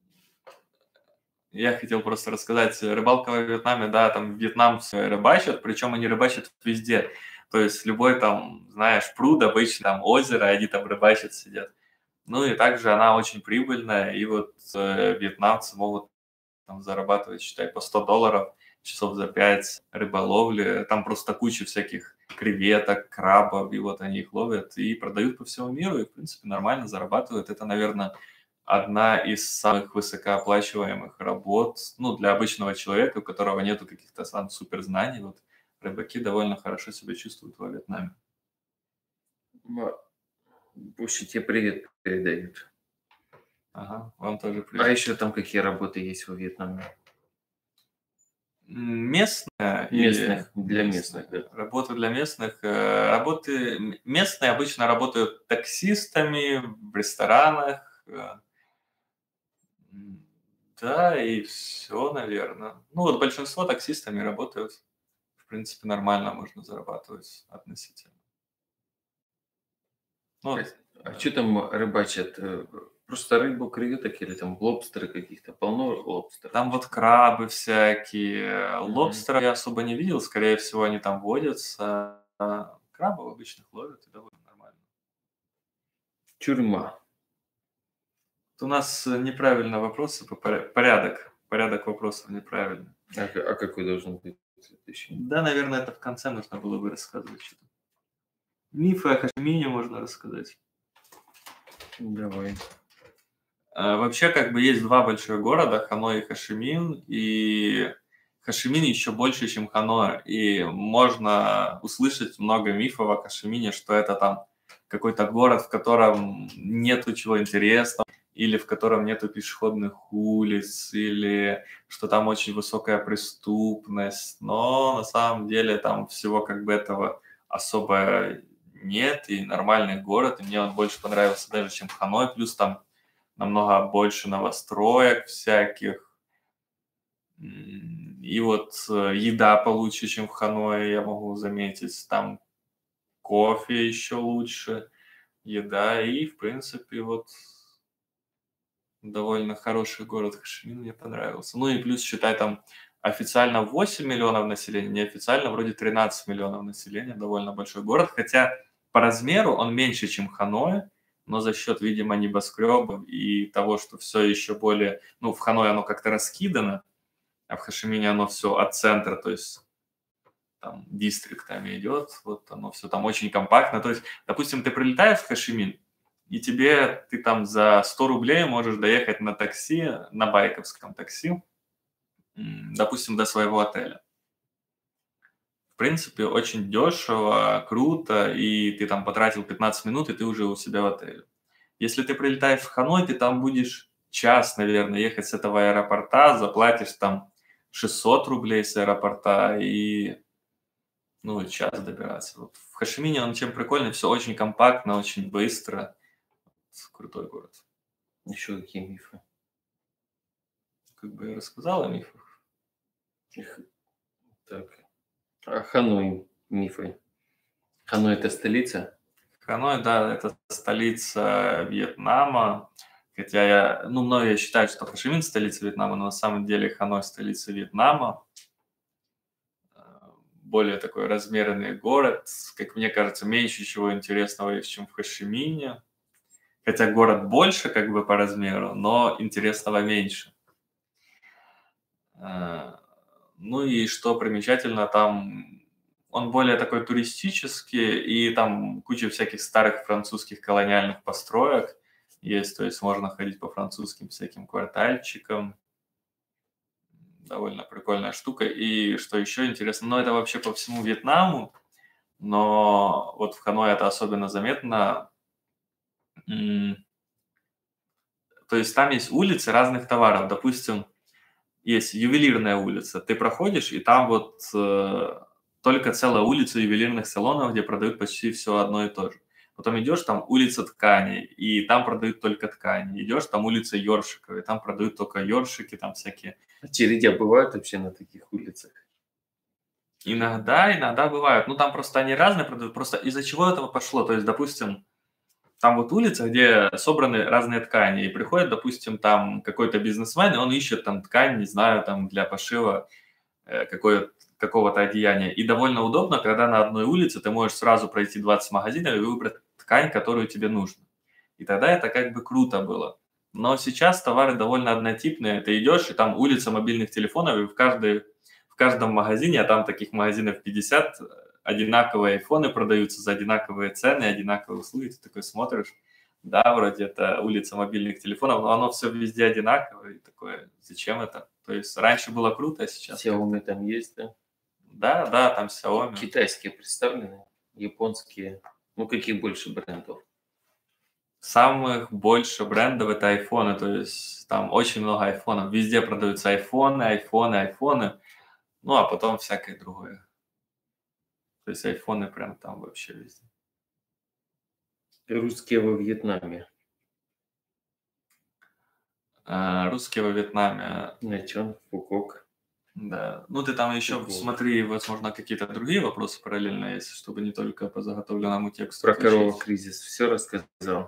Speaker 1: Я хотел просто рассказать, рыбалка во Вьетнаме, да, там вьетнамцы рыбачат, причем они рыбачат везде. То есть любой там, знаешь, пруд обычно, там озеро, они там рыбачат, сидят. Ну и также она очень прибыльная, и вот вьетнамцы могут там зарабатывать, считай, по $100 часов за 5 рыболовли. Там просто куча всяких креветок, крабов, и вот они их ловят и продают по всему миру, и, в принципе, нормально зарабатывают. Это, наверное, одна из самых высокооплачиваемых работ, ну, для обычного человека, у которого нету каких-то сам суперзнаний. Вот рыбаки довольно хорошо себя чувствуют во Вьетнаме.
Speaker 2: Пусть тебе привет передают.
Speaker 1: Ага, вам тоже
Speaker 2: А
Speaker 1: привет.
Speaker 2: еще там какие работы есть во Вьетнаме?
Speaker 1: Местная
Speaker 2: Местных,
Speaker 1: или
Speaker 2: для местных, да.
Speaker 1: Работа для местных. Работы местные обычно работают таксистами в ресторанах. Да, и все, наверное. Ну, вот большинство таксистами работают. В принципе, нормально можно зарабатывать относительно. Ну, вот,
Speaker 2: А что там рыбачат? Просто рыбу, креветок или там лобстеры каких-то? Полно лобстеров?
Speaker 1: там вот крабы всякие.
Speaker 2: Мгм.
Speaker 1: Лобстера я особо не видел. Скорее всего, они там водятся. Крабов обычных ловят, и довольно нормально.
Speaker 2: Тюрьма.
Speaker 1: У нас неправильно вопросы по порядок. Порядок вопросов неправильный.
Speaker 2: А какой должен быть следующий?
Speaker 1: Да, наверное, это в конце нужно было бы рассказывать что-то. Мифы о Хошимине можно рассказать.
Speaker 2: Давай.
Speaker 1: Вообще, как бы есть два больших города, Ханой и Хошимин, и Хошимин еще больше, чем Ханой, и можно услышать много мифов о Хошимине, что это там какой-то город, в котором нету чего интересного, или в котором нету пешеходных улиц, или что там очень высокая преступность, но на самом деле там всего как бы этого особо нет, и нормальный город, и мне он больше понравился даже, чем Ханой, плюс там намного больше новостроек всяких. И вот еда получше, чем в Ханое, я могу заметить. Там кофе еще лучше, еда. И, в принципе, вот довольно хороший город Хошимин, мне понравился. Ну и плюс, считай, там официально 8 миллионов населения, неофициально вроде 13 миллионов населения, довольно большой город. Хотя по размеру он меньше, чем Ханой, но за счет, видимо, небоскребов и того, что все еще более... Ну, в Ханое оно как-то раскидано, а в Хошимине оно все от центра, то есть там дистриктами идет, вот оно все там очень компактно. То есть, допустим, ты прилетаешь в Хошимин, и ты там за 100 рублей можешь доехать на такси, на байковском такси, допустим, до своего отеля. В принципе, очень дешево, круто, и ты там потратил 15 минут, и ты уже у себя в отеле. Если ты прилетаешь в Ханой, ты там будешь час, наверное, ехать с этого аэропорта, заплатишь там 600 рублей с аэропорта и, ну, час добираться. Вот в Хошимине он чем прикольный, все очень компактно, очень быстро. Крутой город.
Speaker 2: Еще какие мифы?
Speaker 1: Как бы я рассказал о мифах.
Speaker 2: Так. А Ханой мифы. Ханой это столица?
Speaker 1: Ханой, да, это столица Вьетнама. Хотя многие считают, что Хошимин столица Вьетнама, но на самом деле Ханой столица Вьетнама. Более такой размеренный город. Как мне кажется, меньше чего интересного есть, чем в Хошимине. Хотя город больше как бы по размеру, но интересного меньше. Ну и что примечательно, там он более такой туристический, и там куча всяких старых французских колониальных построек есть, то есть можно ходить по французским всяким квартальчикам. Довольно прикольная штука. И что еще интересно, это вообще по всему Вьетнаму, но вот в Ханое это особенно заметно. То есть там есть улицы разных товаров. Допустим, есть ювелирная улица. Ты проходишь, и там вот только целая улица ювелирных салонов, где продают почти все одно и то же. Потом идешь, там улица тканей, и там продают только ткани. Идешь, там улица ёршиков, и там продают только ёршики, там всякие.
Speaker 2: Очереди бывают вообще на таких улицах?
Speaker 1: Иногда бывают. Ну, там просто они разные продают. Просто из-за чего этого пошло? То есть, допустим, там вот улица, где собраны разные ткани, и приходит, допустим, там какой-то бизнесмен, и он ищет там ткань, не знаю, там для пошива какого-то одеяния. И довольно удобно, когда на одной улице ты можешь сразу пройти 20 магазинов и выбрать ткань, которую тебе нужно. И тогда это как бы круто было. Но сейчас товары довольно однотипные. Ты идешь, и там улица мобильных телефонов, и в каждом магазине, а там таких магазинов 50, одинаковые айфоны продаются за одинаковые цены, одинаковые услуги. Ты такой смотришь, да, вроде это улица мобильных телефонов, но оно все везде одинаковое. И такое, зачем это? То есть раньше было круто, а сейчас...
Speaker 2: Xiaomi там есть, да?
Speaker 1: Да, там Xiaomi.
Speaker 2: Китайские представлены, японские. Ну, каких больше брендов?
Speaker 1: Самых больше брендов это айфоны, то есть там очень много айфонов. Везде продаются айфоны. Ну, а потом всякое другое. То есть айфоны прям там вообще везде.
Speaker 2: Русские во Вьетнаме.
Speaker 1: Русские во Вьетнаме.
Speaker 2: Начон, Фукок.
Speaker 1: Да. Ну, ты там еще смотри, возможно, какие-то другие вопросы параллельно есть, чтобы не только по заготовленному тексту.
Speaker 2: Про корову кризис все рассказал.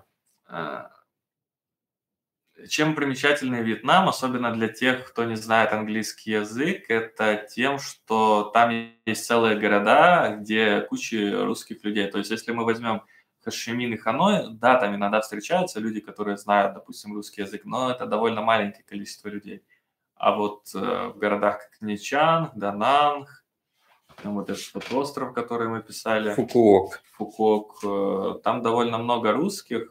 Speaker 1: Чем примечательный Вьетнам, особенно для тех, кто не знает английский язык, это тем, что там есть целые города, где куча русских людей. То есть, если мы возьмем Хошимин и Ханой, да, там иногда встречаются люди, которые знают, допустим, русский язык, но это довольно маленькое количество людей. А вот в городах как Ничан, Дананг, вот этот вот остров, который мы писали, Фукуок, там довольно много русских.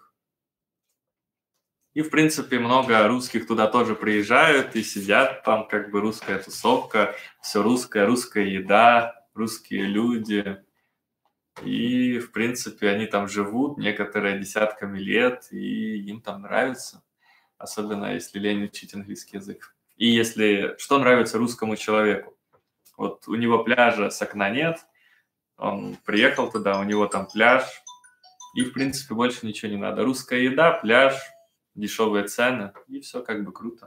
Speaker 1: И, в принципе, много русских туда тоже приезжают и сидят, там как бы русская тусовка, все русская еда, русские люди. И, в принципе, они там живут некоторые десятками лет, и им там нравится, особенно если лень учить английский язык. И если что нравится русскому человеку? Вот у него пляжа с окна нет, он приехал туда, у него там пляж, и, в принципе, больше ничего не надо. Русская еда, пляж, дешевые цены, и все как бы круто.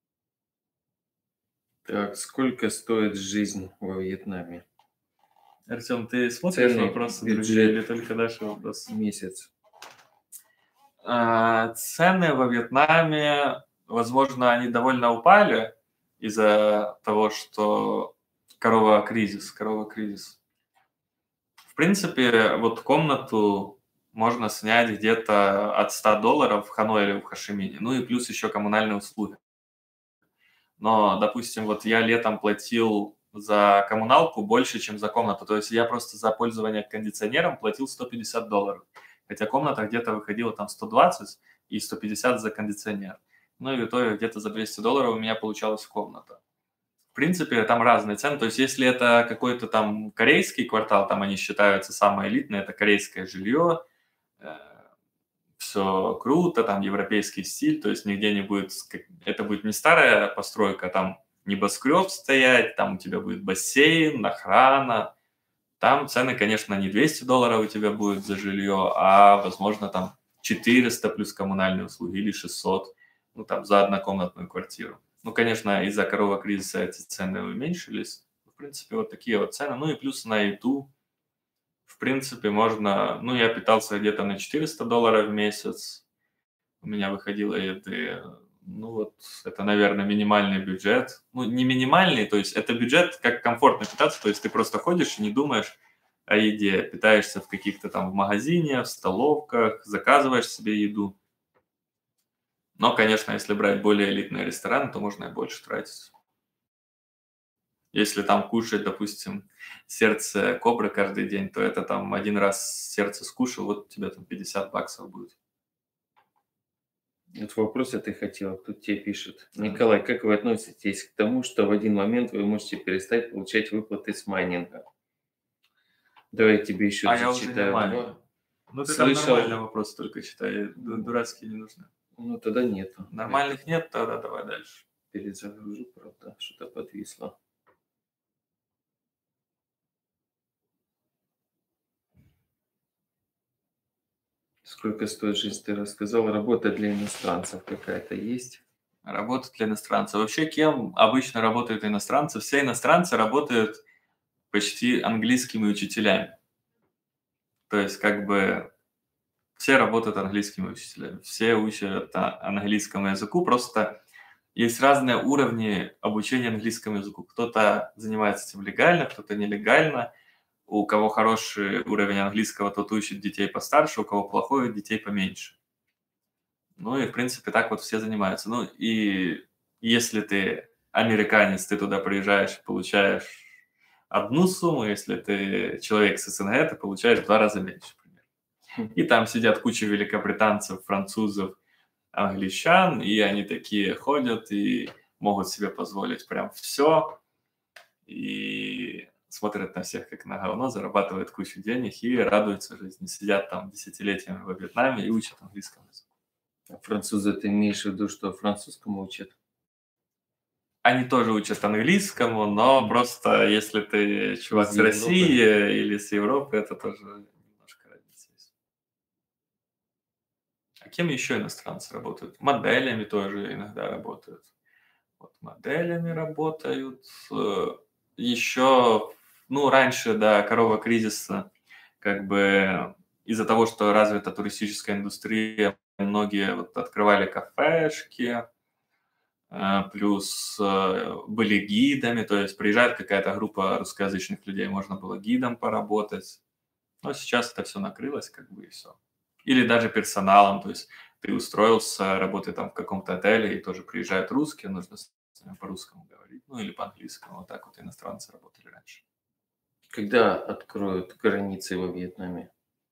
Speaker 2: Так, сколько стоит жизнь во Вьетнаме?
Speaker 1: Артем, ты смотришь
Speaker 2: Цены,
Speaker 1: вопросы
Speaker 2: бюджет,
Speaker 1: другие или только дашь вопросы?
Speaker 2: Месяц.
Speaker 1: Цены во Вьетнаме, возможно, они довольно упали из-за того, что корова кризис. В принципе, вот комнату можно снять где-то от $100 в Ханое или в Хошимине. Ну и плюс еще коммунальные услуги. Но, допустим, вот я летом платил за коммуналку больше, чем за комнату. То есть я просто за пользование кондиционером платил $150. Хотя комната где-то выходила там 120 и 150 за кондиционер. Ну и в итоге где-то за $200 у меня получалась комната. В принципе, там разные цены. То есть если это какой-то там корейский квартал, там они считаются самые элитные, это корейское жилье, все круто, там европейский стиль, то есть нигде не будет, это будет не старая постройка, там небоскреб стоять, там у тебя будет бассейн, охрана, там цены, конечно, не $200 у тебя будет за жилье, а, возможно, там 400 плюс коммунальные услуги или 600, ну, там, за однокомнатную квартиру. Ну, конечно, из-за корового кризиса эти цены уменьшились. В принципе, вот такие вот цены. Ну, и плюс на еду, в принципе, можно... Ну, я питался где-то на $400 в месяц. у меня выходило еды. Ну вот это, наверное, минимальный бюджет. Ну, не минимальный, то есть это бюджет, как комфортно питаться, то есть ты просто ходишь и не думаешь о еде, питаешься в каких-то там в магазине, в столовках, заказываешь себе еду. Но, конечно, если брать более элитные рестораны, то можно и больше тратить. Если там кушать, допустим, сердце кобры каждый день, то это там один раз сердце скушал, вот у тебя там $50 будет.
Speaker 2: Вот в вопросе ты хотел, тут тебе пишет.
Speaker 1: Да.
Speaker 2: Николай, как вы относитесь к тому, что в один момент вы можете перестать получать выплаты с майнинга? Давай я тебе еще
Speaker 1: А я уже не
Speaker 2: зачитаю
Speaker 1: майню.
Speaker 2: два.
Speaker 1: Ну ты там
Speaker 2: Слышал.
Speaker 1: нормальные вопросы только читай, дурацкие не нужны.
Speaker 2: Ну, тогда нету.
Speaker 1: Нормальных нет, тогда давай дальше.
Speaker 2: Перезагружу, правда, что-то подвисло. Сколько стоит жизнь, ты рассказал. Работа для иностранцев какая-то есть?
Speaker 1: Работа для иностранцев. Вообще, кем обычно работают иностранцы? Все иностранцы работают почти английскими учителями. То есть, как бы, все работают английскими учителями, все учат английскому языку, просто есть разные уровни обучения английскому языку. Кто-то занимается этим легально, кто-то нелегально. У кого хороший уровень английского, тот учит детей постарше, у кого плохой, детей поменьше. Ну и, в принципе, так вот все занимаются. Ну и если ты американец, ты туда приезжаешь, получаешь одну сумму, если ты человек с СНГ, ты получаешь в 2 раза меньше, примерно. И там сидят куча великобританцев, французов, англичан, и они такие ходят и могут себе позволить прям все, и смотрят на всех как на говно, зарабатывают кучу денег и радуются жизни. Сидят там десятилетиями во Вьетнаме и учат английскому языку.
Speaker 2: А французы, ты имеешь в виду, что французскому учат?
Speaker 1: Они тоже учат английскому, но просто если ты чувак
Speaker 2: Из
Speaker 1: с
Speaker 2: Европы.
Speaker 1: России или с Европы, это тоже немножко разница есть. А кем еще иностранцы работают? Моделями тоже иногда работают. Вот моделями работают. Еще, ну, раньше, до корового кризиса, как бы из-за того, что развита туристическая индустрия, многие вот открывали кафешки, плюс были гидами, то есть приезжает какая-то группа русскоязычных людей, можно было гидом поработать. Но сейчас это все накрылось, как бы, и все. Или даже персоналом, то есть ты устроился, работать там в каком-то отеле, и тоже приезжают русские, нужно с ними по-русскому говорить, ну или по-английскому. Вот так вот иностранцы работали раньше.
Speaker 2: Когда откроют границы во Вьетнаме?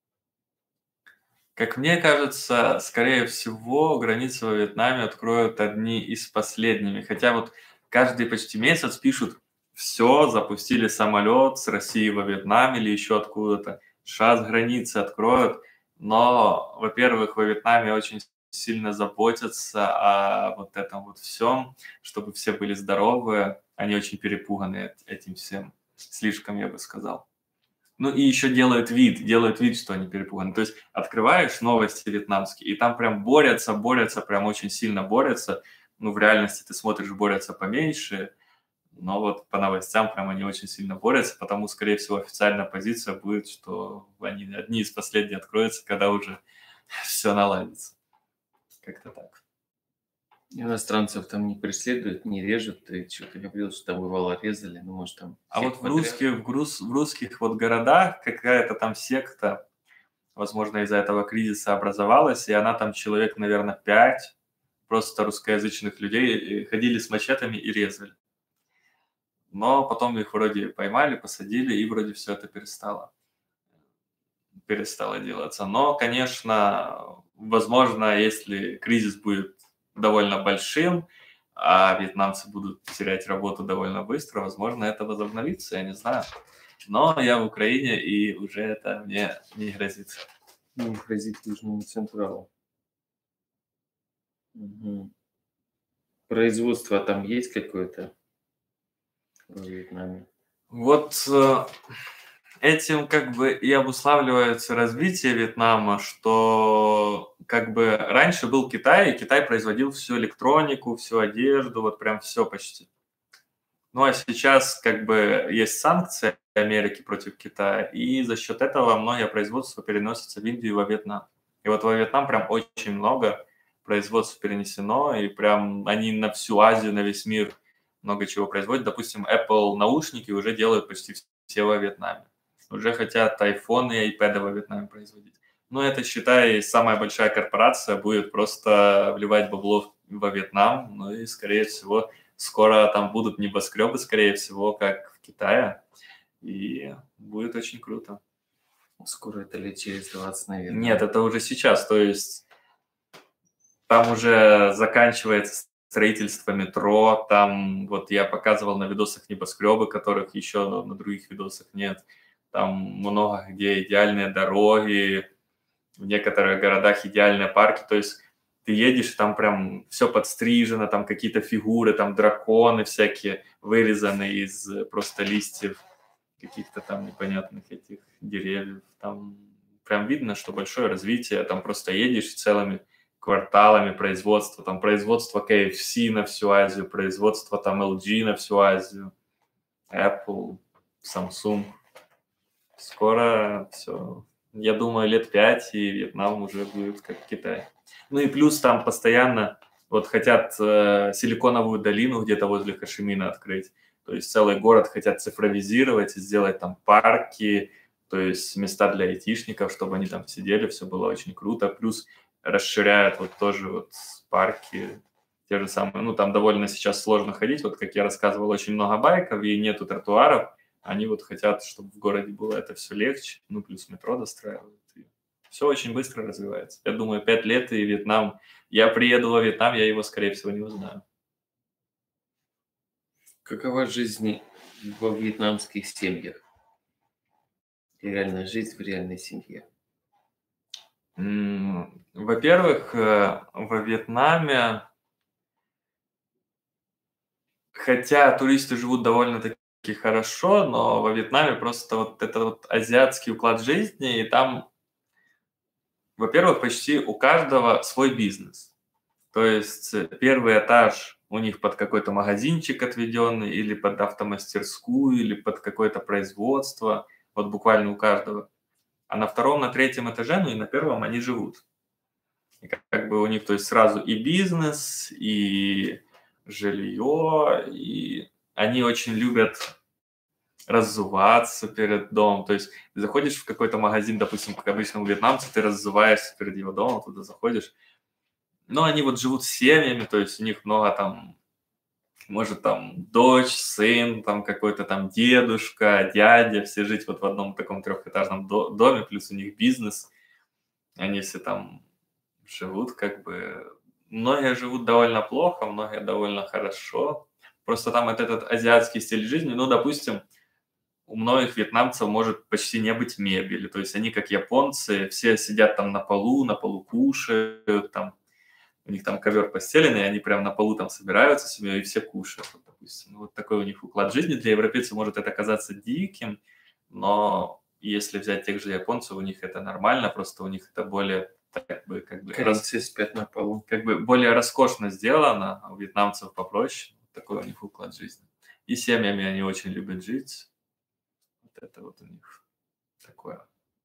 Speaker 1: Как мне кажется, скорее всего, границы во Вьетнаме откроют одни из последними. Хотя вот каждый почти месяц пишут: все, запустили самолет с России во Вьетнам или еще откуда-то. Сейчас границы откроют. Но, во-первых, во Вьетнаме очень сильно заботятся о вот этом вот всем, чтобы все были здоровы. Они очень перепуганы этим всем. Слишком, я бы сказал. Ну и еще делают вид, что они перепуганы. То есть открываешь новости вьетнамские, и там прям борются, прям очень сильно борются. Ну, в реальности ты смотришь, борются поменьше, но вот по новостям прям они очень сильно борются, потому, скорее всего, официальная позиция будет, что они одни из последних откроются, когда уже все наладится. Как-то так.
Speaker 2: Иностранцев там не преследуют, не режут. Ты что-то говорил, что там бывало резали, ну, может, там
Speaker 1: А
Speaker 2: всех
Speaker 1: вот
Speaker 2: подряд.
Speaker 1: в русских вот городах какая-то там секта, возможно, из-за этого кризиса образовалась, и она там человек, наверное, 5 просто русскоязычных людей ходили с мачетами и резали. Но потом их вроде поймали, посадили, и вроде все это перестало делаться. Но, конечно, возможно, если кризис будет довольно большим, а вьетнамцы будут терять работу довольно быстро, возможно, это возобновится, я не знаю. Но я в Украине, и уже это мне не грозит.
Speaker 2: Ну, грозит Южному Централу. Угу. Производство там есть какое-то во Вьетнаме?
Speaker 1: Вот этим как бы и обуславливается развитие Вьетнама, что как бы раньше был Китай, и Китай производил всю электронику, всю одежду, вот прям все почти. Ну а сейчас как бы есть санкции Америки против Китая, и за счет этого многие производства переносятся в Индию и во Вьетнам. И вот во Вьетнам прям очень много производство перенесено, и прям они на всю Азию, на весь мир много чего производят. Допустим, Apple наушники уже делают почти все во Вьетнаме. Уже хотят iPhone и iPad во Вьетнаме производить. Ну, это, считай, самая большая корпорация будет просто вливать бабло во Вьетнам. Ну и, скорее всего, скоро там будут небоскребы, скорее всего, как в Китае. И будет очень круто.
Speaker 2: Скоро это лет через 20, наверное.
Speaker 1: Нет, это уже сейчас. То есть там уже заканчивается строительство метро. Там вот я показывал на видосах небоскребы, которых еще на других видосах нет. Там много где идеальные дороги, в некоторых городах идеальные парки. То есть ты едешь, там прям все подстрижено, там какие-то фигуры, там драконы всякие вырезаны из просто листьев каких-то там непонятных этих деревьев. Там прям видно, что большое развитие. Там просто едешь целыми кварталами производства. Там производство KFC на всю Азию, производство там LG на всю Азию, Apple, Samsung. Скоро все. Я думаю, лет 5, и Вьетнам уже будет как Китай. Ну и плюс там постоянно вот хотят силиконовую долину где-то возле Хошимина открыть. То есть целый город хотят цифровизировать и сделать там парки, то есть места для айтишников, чтобы они там сидели, все было очень круто. Плюс расширяют вот тоже вот парки, те же самые. Ну там довольно сейчас сложно ходить, вот как я рассказывал, очень много байков и нету тротуаров. Они вот хотят, чтобы в городе было это все легче, ну, плюс метро достраивают. И все очень быстро развивается. Я думаю, 5 лет и Вьетнам. Я приеду во Вьетнам, я его, скорее всего, не узнаю.
Speaker 2: Какова жизнь во вьетнамских семьях? И реальная жизнь в реальной семье.
Speaker 1: Во-первых, во Вьетнаме, хотя туристы живут довольно-таки хорошо, но во Вьетнаме просто вот это вот азиатский уклад жизни, и там, во-первых, почти у каждого свой бизнес. То есть первый этаж у них под какой-то магазинчик отведенный, или под автомастерскую, или под какое-то производство, вот буквально у каждого. А на втором, на третьем этаже, ну и на первом они живут. И как бы у них, то есть сразу и бизнес, и жилье, и они очень любят раззуваться перед домом. То есть ты заходишь в какой-то магазин, допустим, как обычно у вьетнамцев, ты раззуваешься перед его домом, туда заходишь. Но они вот живут с семьями, то есть у них много там, может, там дочь, сын, там какой-то там дедушка, дядя, все жить вот в одном таком трехэтажном доме, плюс у них бизнес. Они все там живут как бы... Многие живут довольно плохо, многие довольно хорошо. Просто там этот азиатский стиль жизни, ну, допустим, у многих вьетнамцев может почти не быть мебели. То есть они, как японцы, все сидят там на полу кушают, там, у них там ковер постеленный, и они прям на полу там собираются себе и все кушают, вот, допустим. Вот такой у них уклад жизни. Для европейцев может это казаться диким, но если взять тех же японцев, у них это нормально, просто у них это более как бы
Speaker 2: Корейцы спят на полу.
Speaker 1: как бы более роскошно сделано, а у вьетнамцев попроще. Такой у них уклад жизни. И семьями они очень любят жить. Вот это вот у них такое.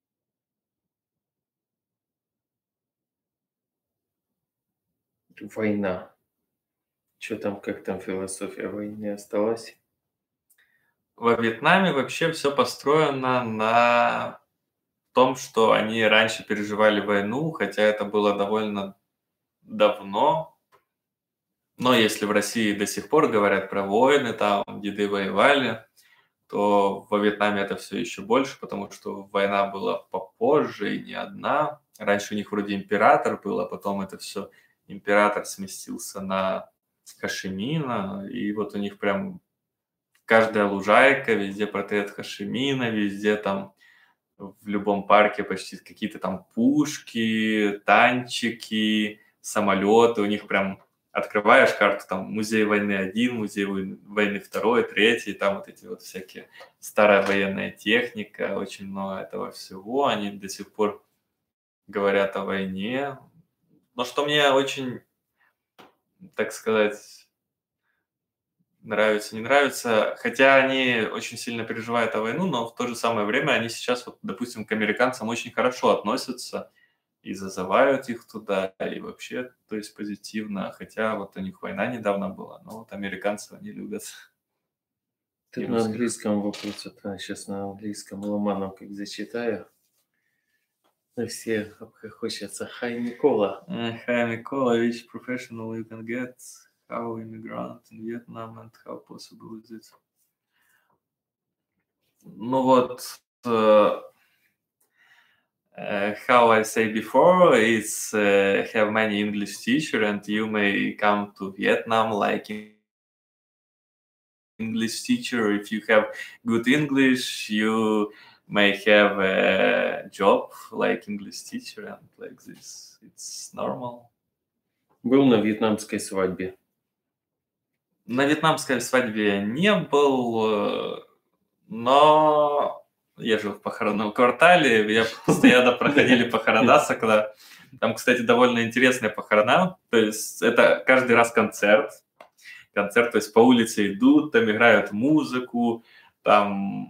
Speaker 2: Война. Что там, как там философия войны осталась?
Speaker 1: Во Вьетнаме вообще все построено на том, что они раньше переживали войну, хотя это было довольно давно. Но если в России до сих пор говорят про войны, там деды воевали, то во Вьетнаме это все еще больше, потому что война была попозже и не одна. Раньше у них вроде император был, а потом это все император сместился на Хошимина, и вот у них прям каждая лужайка, везде портрет Хошимина, везде там в любом парке почти какие-то там пушки, танчики, самолеты. У них прям открываешь карту, там музей войны 1, музей войны 2, 3, там вот эти вот всякие старая военная техника, очень много этого всего. Они до сих пор говорят о войне. Но что мне очень, так сказать, нравится, не нравится, хотя они очень сильно переживают о войну, но в то же самое время они сейчас, вот, допустим, к американцам очень хорошо относятся, и зазывают их туда, и вообще, то есть позитивно. Хотя вот у них война недавно была, но вот американцев они любят.
Speaker 2: Тут
Speaker 1: И
Speaker 2: на
Speaker 1: русских.
Speaker 2: английском вопрос, сейчас на английском ломаном как зачитаю. И все обхохочутся. Hi, Никола.
Speaker 1: Hi, Mikola, which professional you can get? How immigrant in Vietnam and how possible is it? Ну вот, how I say before, it's have many English teacher and you may come to Vietnam like English teacher. If you have good English, you may have a job like English teacher and like this. It's normal.
Speaker 2: Был на вьетнамской свадьбе.
Speaker 1: На вьетнамской свадьбе не был, но я жил в похоронном квартале, я постоянно проходили похорона, когда там, кстати, довольно интересные похорона, то есть это каждый раз концерт, то есть по улице идут, там играют музыку, там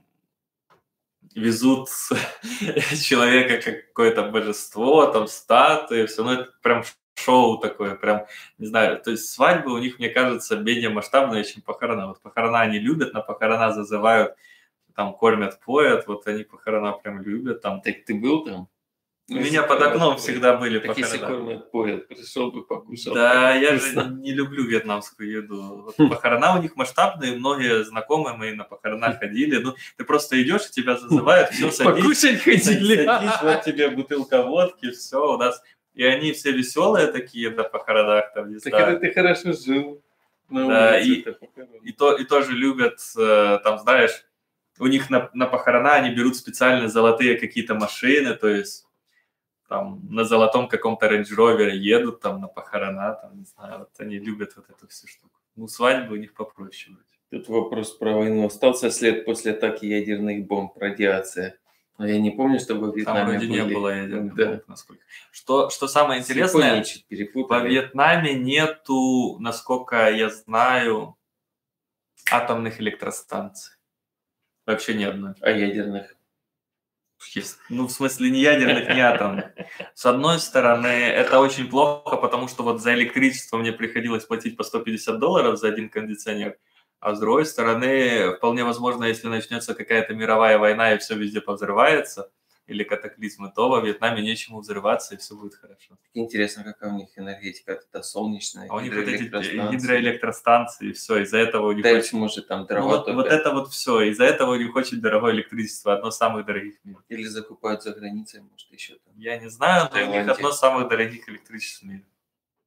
Speaker 1: везут человека как какое-то божество, там статуи, все, ну это прям шоу такое, прям, не знаю, то есть свадьбы у них, мне кажется, менее масштабные, чем похорона. Вот похорона они любят, на похорона зазывают, там кормят, поят, вот они похорона прям любят. Там.
Speaker 2: Так ты был там?
Speaker 1: У меня под окном всегда были
Speaker 2: так
Speaker 1: похорона.
Speaker 2: если кормят, поят, пришел бы, покушал.
Speaker 1: Да, я же не люблю вьетнамскую еду. Вот похорона у них масштабные, многие знакомые мои на похорона ходили. Ну, ты просто идешь, и тебя зазывают, все, садись.
Speaker 2: Покушать ходили.
Speaker 1: Садись, вот тебе бутылка водки, все, у нас... И они все веселые такие на похоронах. Там, не
Speaker 2: Так
Speaker 1: знаю.
Speaker 2: это ты хорошо жил.
Speaker 1: Да, и тоже любят, там, знаешь, у них на похорона они берут специально золотые какие-то машины, то есть там на золотом каком-то рейндж-ровере едут там на похорона, там, не знаю, вот они любят вот эту всю штуку. Ну, свадьбы у них попроще будет.
Speaker 2: Тут вопрос про войну. Остался след после атаки ядерных бомб, радиация. Но я не помню, чтобы в Вьетнаме
Speaker 1: там вроде
Speaker 2: были.
Speaker 1: не было ядерных
Speaker 2: да.
Speaker 1: бомб, насколько. Что самое интересное, во Вьетнаме нету, насколько я знаю, атомных электростанций. Вообще ни одной.
Speaker 2: А ядерных?
Speaker 1: Ну, в смысле, не ядерных, не атомных. С одной стороны, это очень плохо, потому что вот за электричество мне приходилось платить по $150 за один кондиционер. А с другой стороны, вполне возможно, если начнется какая-то мировая война и все везде повзрывается, или катаклизмы, то во Вьетнаме нечему взрываться, и все будет хорошо.
Speaker 2: Интересно, какая у них энергетика, это солнечная,
Speaker 1: а у них вот эти гидроэлектростанции, и все, из-за этого у них
Speaker 2: да, очень... может, там дрова.
Speaker 1: Ну, вот это вот все, из-за этого у них очень дорогое электричество, одно из самых дорогих в мире.
Speaker 2: Или закупают за границей, может, еще там.
Speaker 1: Я не знаю, но у них одно из самых дорогих электричеств в мире.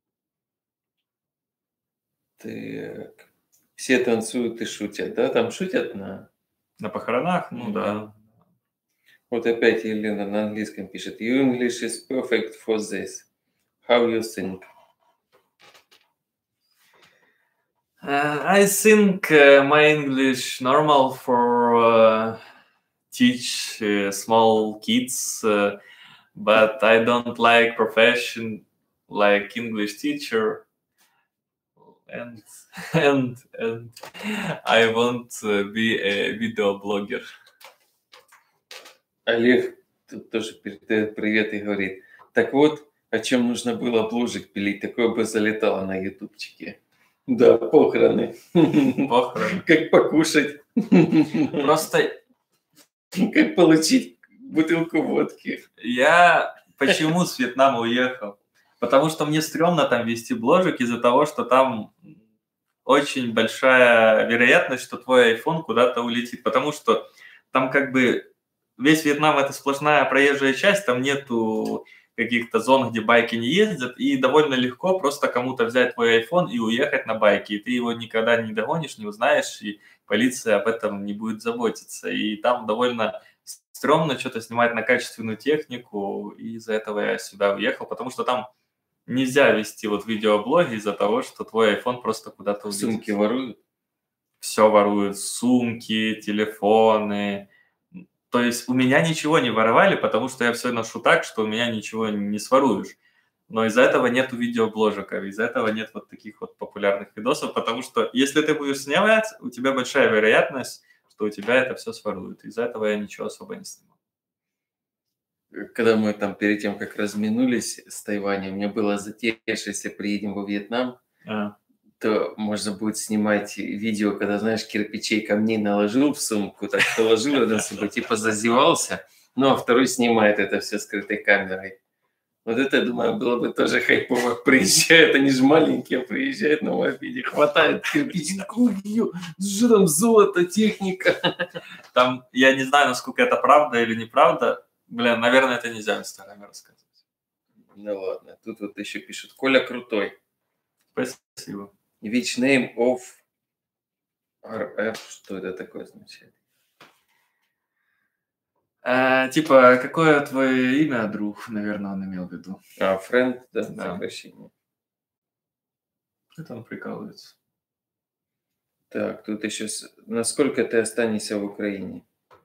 Speaker 2: Так. Все танцуют и шутят, да? Там шутят на
Speaker 1: похоронах? Ну да.
Speaker 2: Вот опять Елена на английском пишет. Your English is perfect for this. How you think?
Speaker 1: I think my English normal for teach small kids, but I don't like profession like English teacher. And I want to be a video blogger.
Speaker 2: Олег тут тоже передает привет и говорит, так вот, о чем нужно было бложик пилить, такое бы залетало на ютубчике. Да, похороны.
Speaker 1: Похороны.
Speaker 2: Как покушать.
Speaker 1: Просто...
Speaker 2: Как получить бутылку водки.
Speaker 1: Я почему с Вьетнама уехал? Потому что мне стрёмно там вести бложик из-за того, что там очень большая вероятность, что твой iPhone куда-то улетит. Потому что там как бы весь Вьетнам – это сплошная проезжая часть, там нету каких-то зон, где байки не ездят, и довольно легко просто кому-то взять твой iPhone и уехать на байке, и ты его никогда не догонишь, не узнаешь, и полиция об этом не будет заботиться. И там довольно стрёмно что-то снимать на качественную технику, и из-за этого я сюда уехал, потому что там нельзя вести вот видеоблоги из-за того, что твой iPhone просто куда-то улетит.
Speaker 2: Сумки воруют?
Speaker 1: Все воруют, сумки, телефоны. То есть у меня ничего не воровали, потому что я все ношу так, что у меня ничего не своруешь. Но из-за этого нету видеобложиков, из-за этого нет вот таких вот популярных видосов, потому что если ты будешь снимать, у тебя большая вероятность, что у тебя это все своруют. Из-за этого я ничего особо не снимал.
Speaker 2: когда мы там перед тем, как разминулись с Тайванем, у меня была затея, что если приедем во Вьетнам, то можно будет снимать видео, когда, знаешь, кирпичей, камней наложил в сумку, так положил на собой, типа зазевался, ну, а второй снимает это все скрытой камерой. Вот это, думаю, было бы тоже хайпово. Приезжают, они же маленькие, приезжают на мопеде, хватают кирпичи, такой, что там золото, техника.
Speaker 1: Там, я не знаю, насколько это правда или неправда. Блин, наверное, это нельзя в Инстаграме рассказывать.
Speaker 2: Ну ладно, тут вот еще пишут, Коля крутой.
Speaker 1: Спасибо.
Speaker 2: Which name of RF, что это такое означает?
Speaker 1: Типа, какое твое имя, друг, наверное, он имел в виду.
Speaker 2: Friend, да,
Speaker 1: Да.
Speaker 2: сокращение.
Speaker 1: Это он прикалывается.
Speaker 2: Так, тут еще, насколько ты останешься в Украине?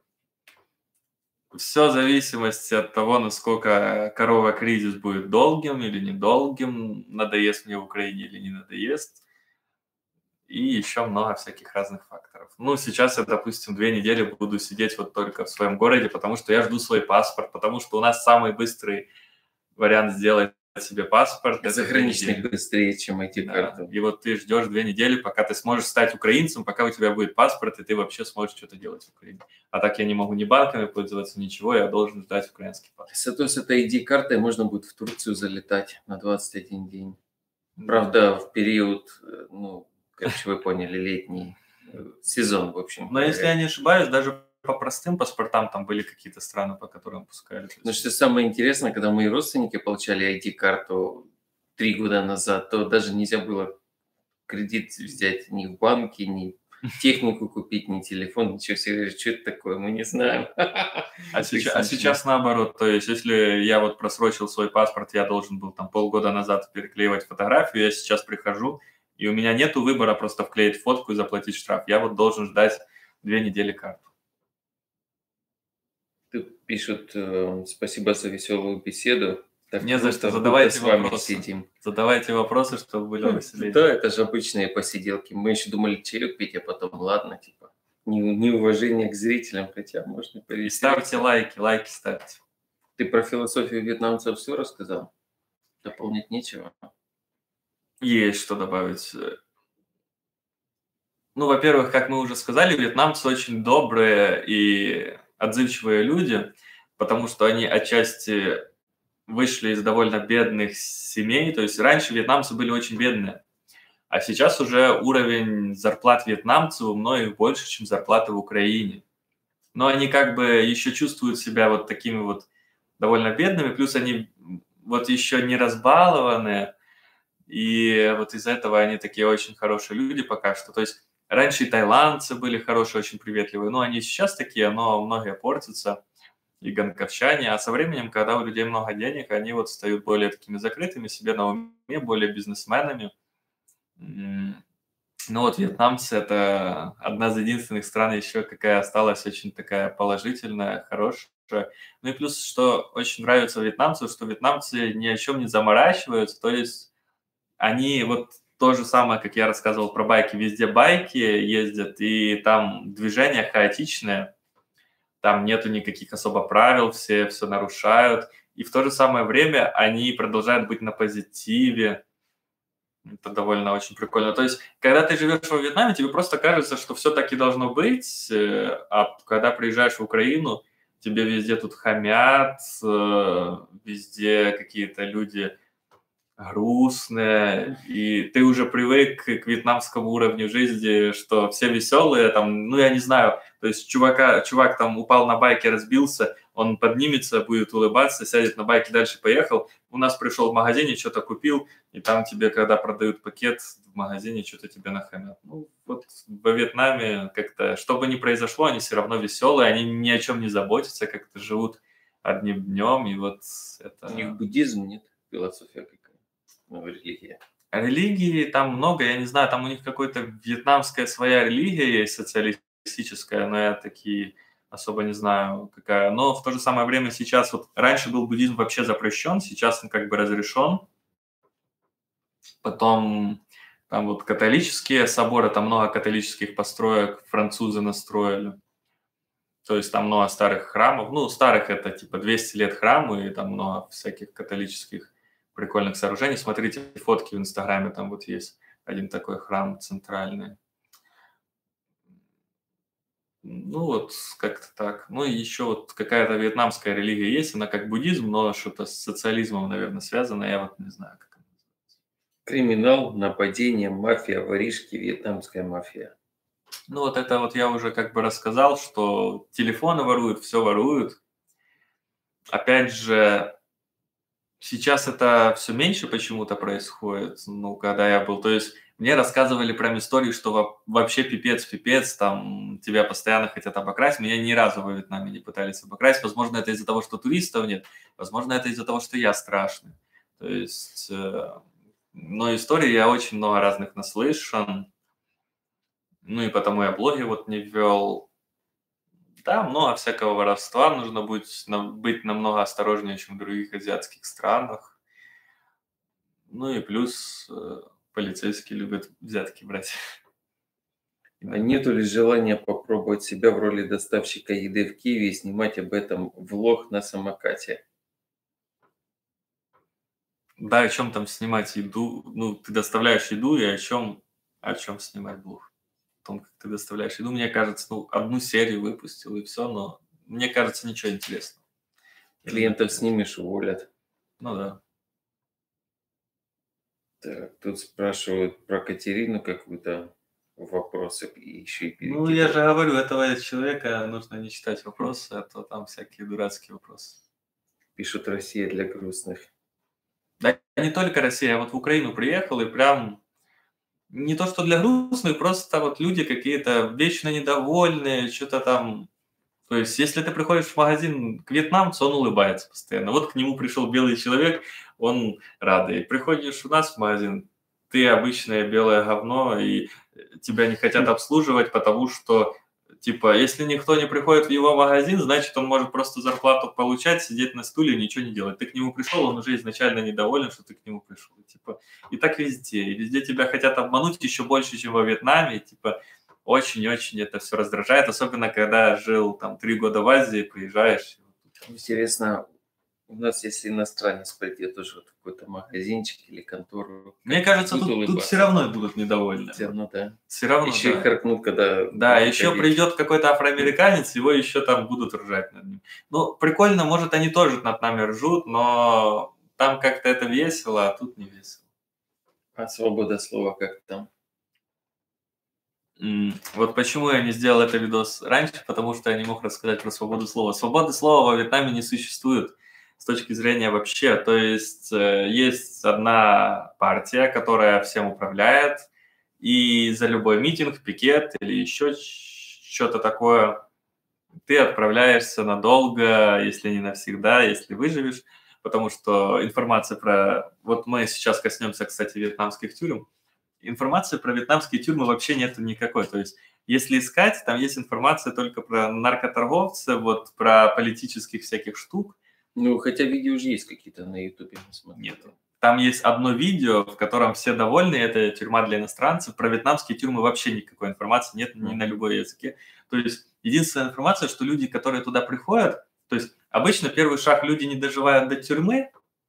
Speaker 1: Все в зависимости от того, насколько корова кризис будет долгим или недолгим, надоест мне в Украине или не надоест. И еще много всяких разных факторов. Ну, сейчас я, допустим, 2 недели буду сидеть вот только в своем городе, потому что я жду свой паспорт, потому что у нас самый быстрый вариант сделать себе паспорт.
Speaker 2: Заграничный быстрее, чем ID-карту.
Speaker 1: Да. И вот ты ждешь 2 недели, пока ты сможешь стать украинцем, пока у тебя будет паспорт, и ты вообще сможешь что-то делать в Украине. А так я не могу ни банками пользоваться, ничего, я должен ждать украинский паспорт.
Speaker 2: Зато с этой ID-картой можно будет в Турцию залетать на 21 день. Правда, в период, ну, короче, вы поняли, летний сезон, в общем.
Speaker 1: Но если я не ошибаюсь, даже по простым паспортам там были какие-то страны, по которым пускали.
Speaker 2: Но что самое интересное, когда мои родственники получали ID-карту 3 года назад, то даже нельзя было кредит взять ни в банке, ни технику купить, ни телефон, ничего. Все говорят, что это такое, мы не знаем.
Speaker 1: А сейчас наоборот, то есть если я вот просрочил свой паспорт, я должен был там полгода назад переклеивать фотографию, я сейчас прихожу, и у меня нету выбора просто вклеить фотку и заплатить штраф. Я вот должен ждать 2 недели карту.
Speaker 2: Тут пишут, спасибо за веселую беседу. Так
Speaker 1: Не за что,
Speaker 2: задавайте вопросы. Сидим.
Speaker 1: Задавайте вопросы, чтобы было веселее.
Speaker 2: Да, это же обычные посиделки. Мы еще думали чаек пить, а потом, ладно, типа, неуважение к зрителям, хотя можно повеселиться.
Speaker 1: Ставьте лайки ставьте.
Speaker 2: Ты про философию вьетнамцев все рассказал? Дополнить нечего?
Speaker 1: Есть что добавить. Ну, во-первых, как мы уже сказали, вьетнамцы очень добрые и отзывчивые люди, потому что они отчасти вышли из довольно бедных семей. То есть раньше вьетнамцы были очень бедные, а сейчас уже уровень зарплат вьетнамцев у многих больше, чем зарплаты в Украине. Но они как бы еще чувствуют себя вот такими вот довольно бедными, плюс они вот еще не разбалованные, и вот из-за этого они такие очень хорошие люди пока что. То есть раньше и тайландцы были хорошие, очень приветливые, но они сейчас такие, но многие портятся, и гонковчане. А со временем, когда у людей много денег, они вот стают более такими закрытыми, себе на уме, более бизнесменами. Ну вот вьетнамцы – это одна из единственных стран еще, какая осталась очень такая положительная, хорошая. Ну и плюс, что очень нравится вьетнамцам, что вьетнамцы ни о чем не заморачиваются, то есть они вот то же самое, как я рассказывал про байки, везде байки ездят, и там движение хаотичное, там нету никаких особо правил, все нарушают, и в то же самое время они продолжают быть на позитиве. Это довольно очень прикольно. То есть, когда ты живешь во Вьетнаме, тебе просто кажется, что все так и должно быть, а когда приезжаешь в Украину, тебе везде тут хамят, везде какие-то люди грустные, и ты уже привык к вьетнамскому уровню жизни, что все веселые, там, ну, я не знаю, то есть чувак там упал на байке, разбился, он поднимется, будет улыбаться, сядет на байке, дальше поехал. У нас пришел в магазине, что-то купил, и там тебе, когда продают пакет в магазине, что-то тебе нахамят. Ну, вот во Вьетнаме как-то, что бы ни произошло, они все равно веселые, они ни о чем не заботятся, как-то живут одним днем, и вот это...
Speaker 2: У них буддизм, нет? Философия какая? Ну, религия.
Speaker 1: Религии там много, я не знаю, там у них какая-то вьетнамская своя религия есть, социалистическая, но я такие особо не знаю, какая. Но в то же самое время сейчас, вот раньше был буддизм вообще запрещен, сейчас он как бы разрешен. Потом там вот католические соборы, там много католических построек, французы настроили. То есть там много старых храмов. Ну, старых это типа 200 лет храму, и там много всяких католических прикольных сооружений. Смотрите фотки в Инстаграме, там вот есть один такой храм центральный. Ну, вот как-то так. Ну, и еще вот какая-то вьетнамская религия есть, она как буддизм, но что-то с социализмом, наверное, связано, я вот не знаю, как она называется.
Speaker 2: Криминал, нападение, мафия, воришки, вьетнамская мафия.
Speaker 1: Ну, вот это вот я уже как бы рассказал, что телефоны воруют, все воруют. Опять же, сейчас это все меньше почему-то происходит, ну, когда я был. То есть мне рассказывали прям истории, что вообще пипец, там тебя постоянно хотят обокрасть. Меня ни разу во Вьетнаме не пытались обокрасть. Возможно, это из-за того, что туристов нет. Возможно, это из-за того, что я страшный. То есть, но историй я очень много разных наслышан. Ну и потому я блоги вот не вел. Да, много всякого воровства. Нужно быть намного осторожнее, чем в других азиатских странах. Ну и плюс полицейские любят взятки брать.
Speaker 2: А нету ли желания попробовать себя в роли доставщика еды в Киеве и снимать об этом влог на самокате?
Speaker 1: Да, о чем там снимать еду? Ну, ты доставляешь еду, и о чем снимать блог? О том, как ты доставляешь еду, мне кажется, ну, одну серию выпустил, и все, но мне кажется, ничего интересного.
Speaker 2: Клиентов снимешь, уволят.
Speaker 1: Ну да.
Speaker 2: Так, тут спрашивают про Катерину какую-то вопросы и еще и
Speaker 1: Ну, я же
Speaker 2: перекидывают.
Speaker 1: говорю, этого человека нужно не читать вопросы, а то там всякие дурацкие вопросы.
Speaker 2: Пишут «Россия для грустных».
Speaker 1: Да не только Россия, я вот в Украину приехал, и прям не то, что для грустных, просто вот люди какие-то вечно недовольные, что-то там. То есть, если ты приходишь в магазин к вьетнамцу, он улыбается постоянно. Вот к нему пришел белый человек, он радый. Приходишь у нас в магазин, ты обычное белое говно, и тебя не хотят обслуживать, потому что, типа, если никто не приходит в его магазин, значит, он может просто зарплату получать, сидеть на стуле и ничего не делать. Ты к нему пришел, он уже изначально недоволен, что ты к нему пришел. Типа, и так везде. И везде тебя хотят обмануть еще больше, чем во Вьетнаме. Типа, очень-очень это все раздражает, особенно когда жил там 3 года в Азии, приезжаешь.
Speaker 2: Интересно, у нас, если иностранец придет тоже в какой-то магазинчик или контору,
Speaker 1: Мне
Speaker 2: как
Speaker 1: кажется,
Speaker 2: будут
Speaker 1: тут все
Speaker 2: улыбаться?
Speaker 1: равно будут недовольны.
Speaker 2: Все равно, да.
Speaker 1: Все равно,
Speaker 2: Еще и
Speaker 1: да.
Speaker 2: харкнут, когда
Speaker 1: Да,
Speaker 2: будут
Speaker 1: еще
Speaker 2: ходить.
Speaker 1: придет какой-то афроамериканец, его еще там будут ржать над ним. Ну, прикольно, может, они тоже над нами ржут, но там как-то это весело, а тут не весело.
Speaker 2: А свобода слова как там?
Speaker 1: Вот почему я не сделал этот видос раньше, потому что я не мог рассказать про свободу слова. Свободы слова во Вьетнаме не существует с точки зрения вообще. То есть есть одна партия, которая всем управляет, и за любой митинг, пикет или еще что-то такое ты отправляешься надолго, если не навсегда, если выживешь, потому что информация про... Вот мы сейчас коснемся, кстати, вьетнамских тюрем. Информации про вьетнамские тюрьмы вообще нету никакой. То есть, если искать, там есть информация только про наркоторговцев, вот про политических всяких штук.
Speaker 2: Ну, хотя видео уже есть какие-то на Ютубе, мы смотрели.
Speaker 1: Нету. Там есть одно видео, в котором все довольны, это тюрьма для иностранцев. Про вьетнамские тюрьмы вообще никакой информации нет ни на любой языке. То есть единственная информация, что люди, которые туда приходят, то есть обычно первый шаг люди не доживают до тюрьмы,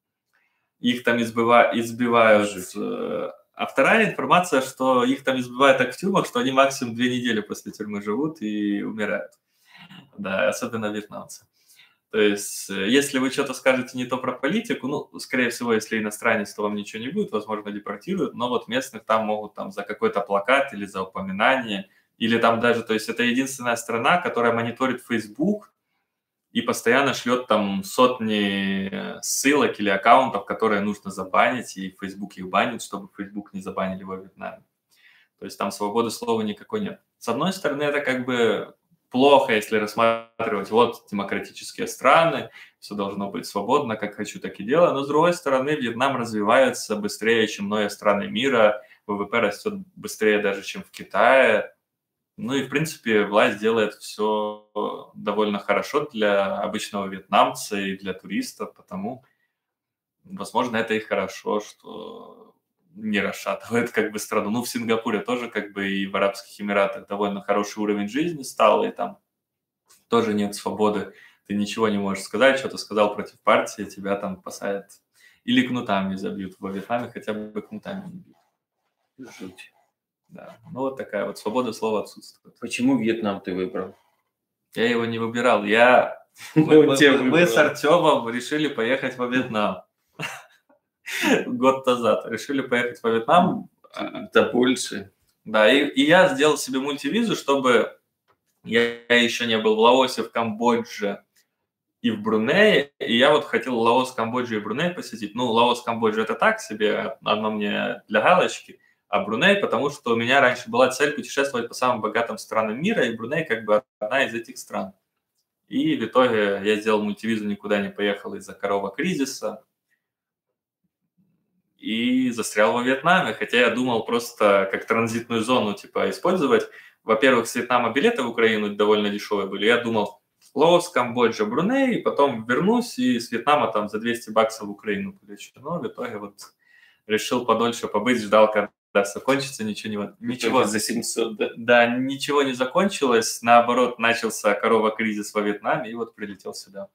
Speaker 1: их там избивают,
Speaker 2: Жуть.
Speaker 1: а вторая информация, что их там избивают так в тюрьмах, что они максимум 2 недели после тюрьмы живут и умирают. Да, особенно вьетнамцы. То есть, если вы что-то скажете не то про политику, ну, скорее всего, если иностранец, то вам ничего не будет, возможно, депортируют, но вот местных там могут там за какой-то плакат или за упоминание, или там даже, то есть это единственная страна, которая мониторит Facebook и постоянно шлет там сотни ссылок или аккаунтов, которые нужно забанить, и Facebook их банит, чтобы Facebook не забанили во Вьетнаме. То есть там свободы слова никакой нет. С одной стороны, это как бы плохо, если рассматривать, вот демократические страны, все должно быть свободно, как хочу, так и делаю. Но с другой стороны, Вьетнам развивается быстрее, чем многие страны мира, ВВП растет быстрее даже, чем в Китае. Ну и, в принципе, власть делает все довольно хорошо для обычного вьетнамца и для туристов, потому, возможно, это и хорошо, что не расшатывает как бы страну. Ну, в Сингапуре тоже как бы и в Арабских Эмиратах довольно хороший уровень жизни стал, и там тоже нет свободы. Ты ничего не можешь сказать, что ты сказал против партии, тебя там посадят. Или кнутами забьют. Во Вьетнаме хотя бы кнутами не бьют.
Speaker 2: Жуть.
Speaker 1: Да. Ну, вот такая вот свобода слова отсутствует.
Speaker 2: Почему Вьетнам ты выбрал?
Speaker 1: Я его не выбирал. Мы с Артемом решили поехать во Вьетнам. Год назад. Решили поехать во Вьетнам.
Speaker 2: Да больше.
Speaker 1: Да, и я сделал себе мультивизу, чтобы я еще не был в Лаосе, в Камбодже и в Брунее. И я вот хотел Лаос, Камбоджу и Бруней посетить. Ну, Лаос, Камбоджа это так себе, одно мне для галочки. А Бруней, потому что у меня раньше была цель путешествовать по самым богатым странам мира, и Бруней как бы одна из этих стран. И в итоге я сделал мультивизу, никуда не поехал из-за корового кризиса и застрял во Вьетнаме, хотя я думал просто как транзитную зону типа использовать. Во-первых, с Вьетнама билеты в Украину довольно дешевые были. Я думал, Лаос, Камбоджа, Бруней, потом вернусь и с Вьетнама там за 200 баксов в Украину полечу. Но в итоге вот решил подольше побыть, ждал, когда все кончится, ничего
Speaker 2: за 700, да?
Speaker 1: Да, ничего не закончилось, наоборот, начался коровий кризис во Вьетнаме, и вот прилетел сюда.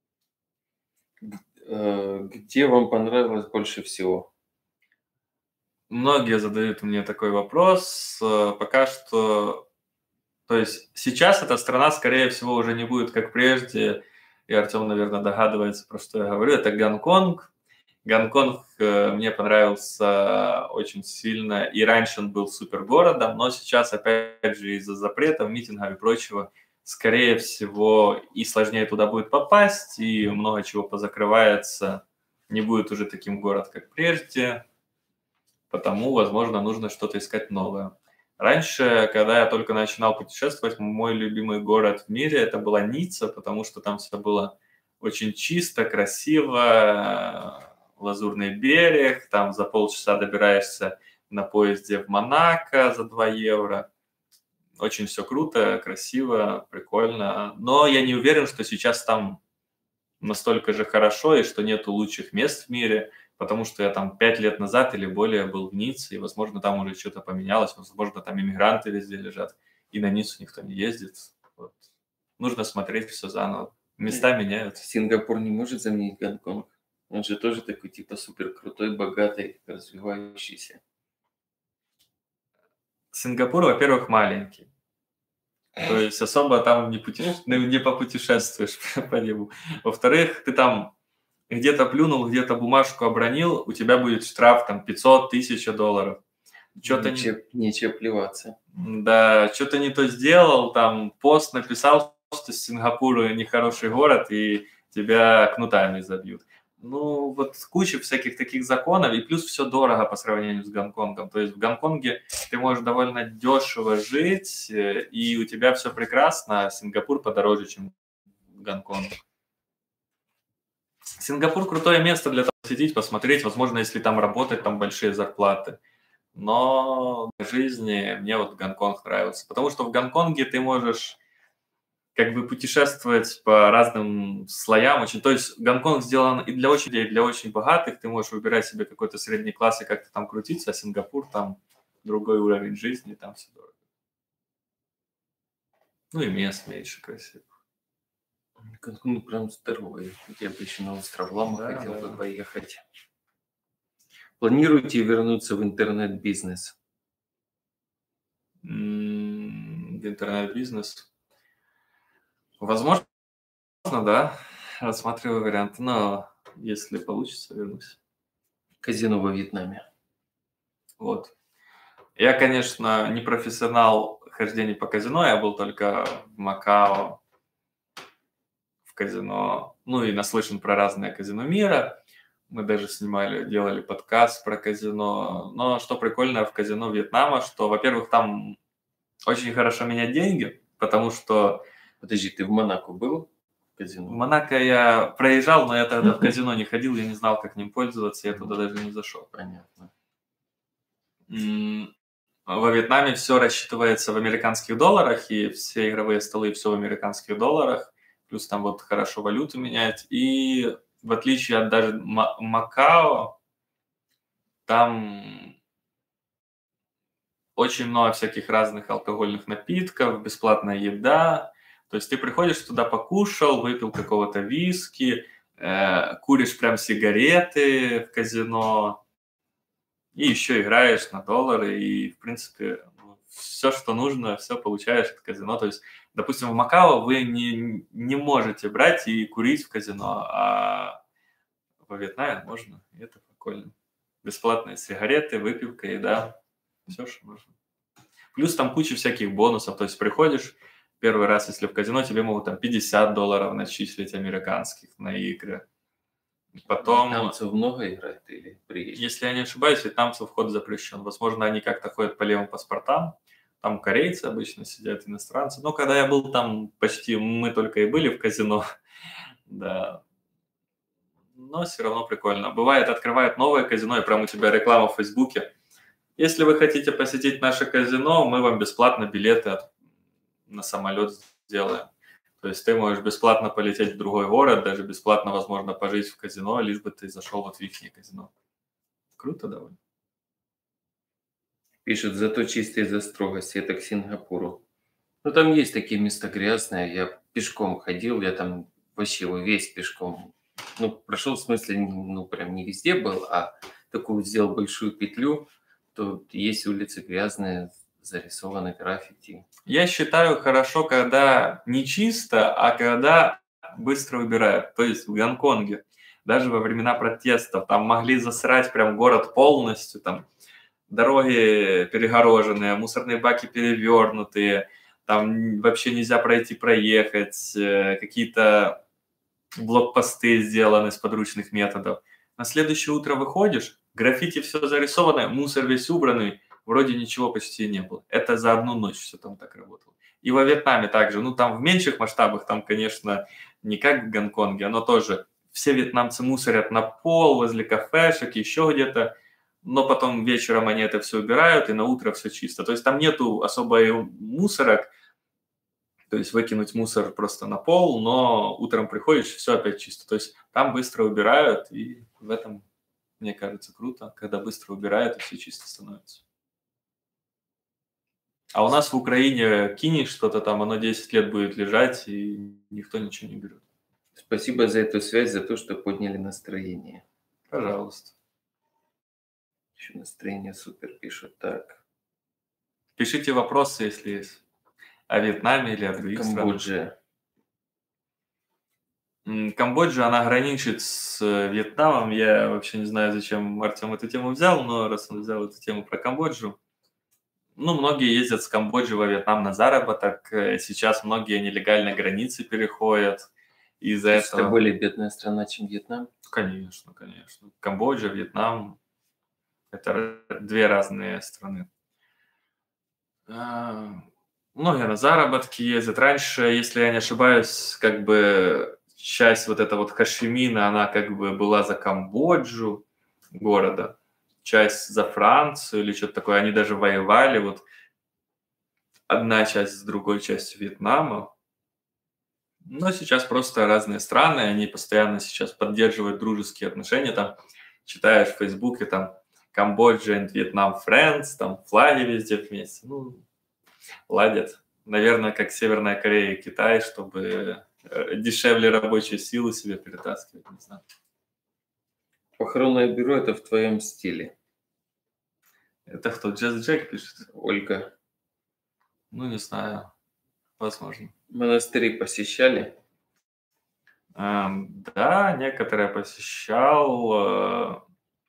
Speaker 2: Где вам понравилось больше всего?
Speaker 1: Многие задают мне такой вопрос. Пока что... То есть сейчас эта страна, скорее всего, уже не будет как прежде. И Артем, наверное, догадывается, про что я говорю. Это Гонконг. Гонконг мне понравился очень сильно. И раньше он был супергородом, но сейчас, опять же, из-за запретов, митингов и прочего, скорее всего, и сложнее туда будет попасть, и много чего позакрывается. Не будет уже таким город, как прежде. Потому, возможно, нужно что-то искать новое. Раньше, когда я только начинал путешествовать, мой любимый город в мире это была Ницца, потому что там все было очень чисто, красиво, лазурный берег, там за полчаса добираешься на поезде в Монако за 2 евро. Очень все круто, красиво, прикольно. Но я не уверен, что сейчас там настолько же хорошо и что нету лучших мест в мире, потому что я там 5 лет назад или более был в Ницце, и, возможно, там уже что-то поменялось, возможно, там иммигранты везде лежат, и на Ниццу никто не ездит. Вот. Нужно смотреть все заново. Места меняются.
Speaker 2: Сингапур не может заменить Гонконг. Он же тоже такой типа супер крутой, богатый, развивающийся.
Speaker 1: Сингапур, во-первых, маленький. То есть особо там не попутешествуешь по нему. Во-вторых, ты там где-то плюнул, где-то бумажку обронил, у тебя будет штраф там 500 тысяч $1000.
Speaker 2: Нечего плеваться.
Speaker 1: Да, что-то не то сделал, там пост написал, что Сингапур нехороший город, и тебя кнутами забьют. Ну, вот куча всяких таких законов, и плюс все дорого по сравнению с Гонконгом. То есть в Гонконге ты можешь довольно дешево жить, и у тебя все прекрасно, а Сингапур подороже, чем Гонконг. Сингапур крутое место для того, сидеть, посмотреть, возможно, если там работать, там большие зарплаты. Но в жизни мне вот Гонконг нравился, потому что в Гонконге ты можешь как бы путешествовать по разным слоям. Очень, то есть Гонконг сделан и для очень людей, и для очень богатых. Ты можешь выбирать себе какой-то средний класс и как-то там крутиться, а Сингапур там другой уровень жизни, там все дорого. Ну и мест меньше красивых.
Speaker 2: Гонконг прям здоровый. Я бы еще на остров Лама хотел бы поехать. Планируете вернуться в интернет-бизнес?
Speaker 1: В интернет-бизнес? Возможно, да. Рассматриваю варианты, но если получится, вернусь.
Speaker 2: Казино во Вьетнаме.
Speaker 1: Вот. Я, конечно, не профессионал хождения по казино, я был только в Макао, в казино, ну и наслышан про разные казино мира. Мы даже делали подкаст про казино. Но что прикольно в казино Вьетнама, что, во-первых, там очень хорошо менять деньги, потому что...
Speaker 2: Подожди, ты в Монако был? Казино?
Speaker 1: В Монако я проезжал, но я тогда в казино не ходил, я не знал, как ним пользоваться, я туда даже не зашел.
Speaker 2: Понятно.
Speaker 1: Во Вьетнаме все рассчитывается в американских долларах, и все игровые столы все в американских долларах, плюс там вот хорошо валюту менять. И в отличие от даже Макао, там очень много всяких разных алкогольных напитков, бесплатная еда. То есть ты приходишь туда, покушал, выпил какого-то виски, куришь прям сигареты в казино и еще играешь на доллары, и, в принципе, все, что нужно, все получаешь от казино. То есть, допустим, в Макао вы не можете брать и курить в казино, а во Вьетнаме можно, и это прикольно. Бесплатные сигареты, выпивка, еда, все, что нужно. Плюс там куча всяких бонусов, то есть приходишь первый раз, если в казино, тебе могут там $50 начислить американских на игры. Потом,
Speaker 2: Вьетнамцев много играет или приедет?
Speaker 1: если я не ошибаюсь, вьетнамцев вход запрещен. Возможно, они как-то ходят по левым паспортам. Там корейцы обычно сидят, иностранцы. Но когда я был там, почти мы только и были в казино. Да. Но все равно прикольно. Бывает, открывают новое казино, и прям у тебя реклама в Фейсбуке. Если вы хотите посетить наше казино, мы вам бесплатно билеты на самолет сделаем. То есть ты можешь бесплатно полететь в другой город, даже бесплатно, возможно, пожить в казино, лишь бы ты зашел вот в их казино. Круто довольно.
Speaker 2: Пишут, зато чисто из-за строгости. Это к Сингапуру. Ну, там есть такие места грязные. Я пешком ходил, я там вообще весь пешком. Ну, прошел, в смысле, ну, прям не везде был, а такую сделал большую петлю. То есть улицы грязные, зарисованы граффити.
Speaker 1: Я считаю хорошо, когда не чисто, а когда быстро убирают. То есть в Гонконге, даже во времена протестов, там могли засрать прям город полностью, там дороги перегороженные, мусорные баки перевернутые, там вообще нельзя пройти, проехать, какие-то блокпосты сделаны с подручных методов. На следующее утро выходишь, граффити все зарисовано, мусор весь убранный, вроде ничего почти не было. Это за одну ночь все там так работало. И во Вьетнаме также, ну там в меньших масштабах, там, конечно, не как в Гонконге, но тоже все вьетнамцы мусорят на пол, возле кафешек, еще где-то, но потом вечером они это все убирают, и на утро все чисто. То есть там нету особо мусорок, то есть выкинуть мусор просто на пол, но утром приходишь, все опять чисто. То есть там быстро убирают, и в этом, мне кажется, круто, когда быстро убирают, и все чисто становится. А у нас в Украине кинешь что-то там, оно 10 лет будет лежать, и никто ничего не берет.
Speaker 2: Спасибо за эту связь, за то, что подняли настроение.
Speaker 1: Пожалуйста.
Speaker 2: Еще настроение супер пишут. Так.
Speaker 1: Пишите вопросы, если есть. О Вьетнаме или о других странах.
Speaker 2: Камбоджа.
Speaker 1: Камбоджа, она граничит с Вьетнамом. Я вообще не знаю, зачем Артем эту тему взял, но раз он взял эту тему про Камбоджу. Ну, многие ездят с Камбоджи во Вьетнам на заработок. Сейчас многие нелегально границы переходят из-за этого.
Speaker 2: Это более бедная страна, чем Вьетнам?
Speaker 1: Конечно, конечно. Камбоджа, Вьетнам – это две разные страны. Многие на заработки ездят. Раньше, если я не ошибаюсь, как бы часть вот эта вот Хошимина, она как бы была за Камбоджу города, часть за Францию или что-то такое. Они даже воевали, вот одна часть с другой частью Вьетнама. Но сейчас просто разные страны, они постоянно сейчас поддерживают дружеские отношения. Там читаешь в Фейсбуке, там Камбоджа и Вьетнам Friends, там флаги везде вместе. Ну, ладят. Наверное, как Северная Корея и Китай, чтобы дешевле рабочую силу себе перетаскивать, не знаю.
Speaker 2: Похоронное бюро – это в твоем стиле.
Speaker 1: Это кто? Джаз Джек пишет?
Speaker 2: Ольга.
Speaker 1: Ну, не знаю. Возможно.
Speaker 2: Монастыри посещали?
Speaker 1: Да, некоторые посещал.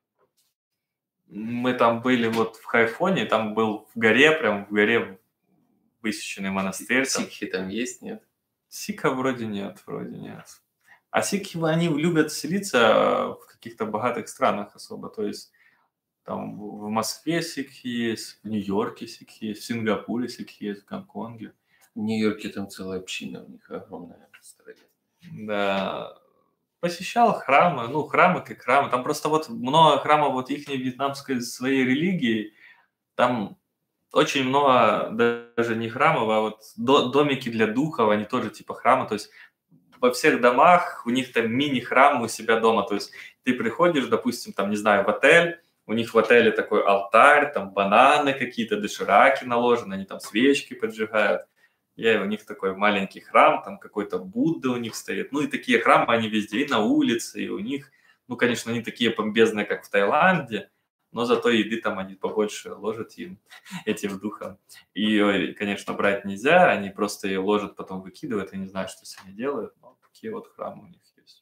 Speaker 1: Мы там были вот в Хайфоне, там был в горе, прям в горе высеченный монастырь.
Speaker 2: Сикхи там есть, нет?
Speaker 1: Сикхов вроде нет, вроде нет. А сикхи, они любят селиться в каких-то богатых странах особо. То есть там в Москве сикхи есть, в Нью-Йорке сикхи есть, в Сингапуре сикхи есть, в Гонконге.
Speaker 2: В Нью-Йорке там целая община, у них огромная страна.
Speaker 1: Да. Посещал храмы, ну, храмы как храмы. Там просто вот много храмов вот их вьетнамской своей религии. Там очень много даже не храмов, а вот домики для духов, они тоже типа храмы. То есть во всех домах у них там мини-храм у себя дома. То есть ты приходишь, допустим, там, не знаю, в отель, у них в отеле такой алтарь, там бананы какие-то, дошираки наложены, они там свечки поджигают. И у них такой маленький храм, там какой-то Будда у них стоит. Ну и такие храмы, они везде, и на улице, и у них, ну, конечно, они такие помпезные, как в Таиланде, но зато еды там они побольше ложат им, этим духом. И ее, конечно, брать нельзя, они просто ее ложат, потом выкидывают, я не знаю, что с ними делают, но такие вот храмы у них есть.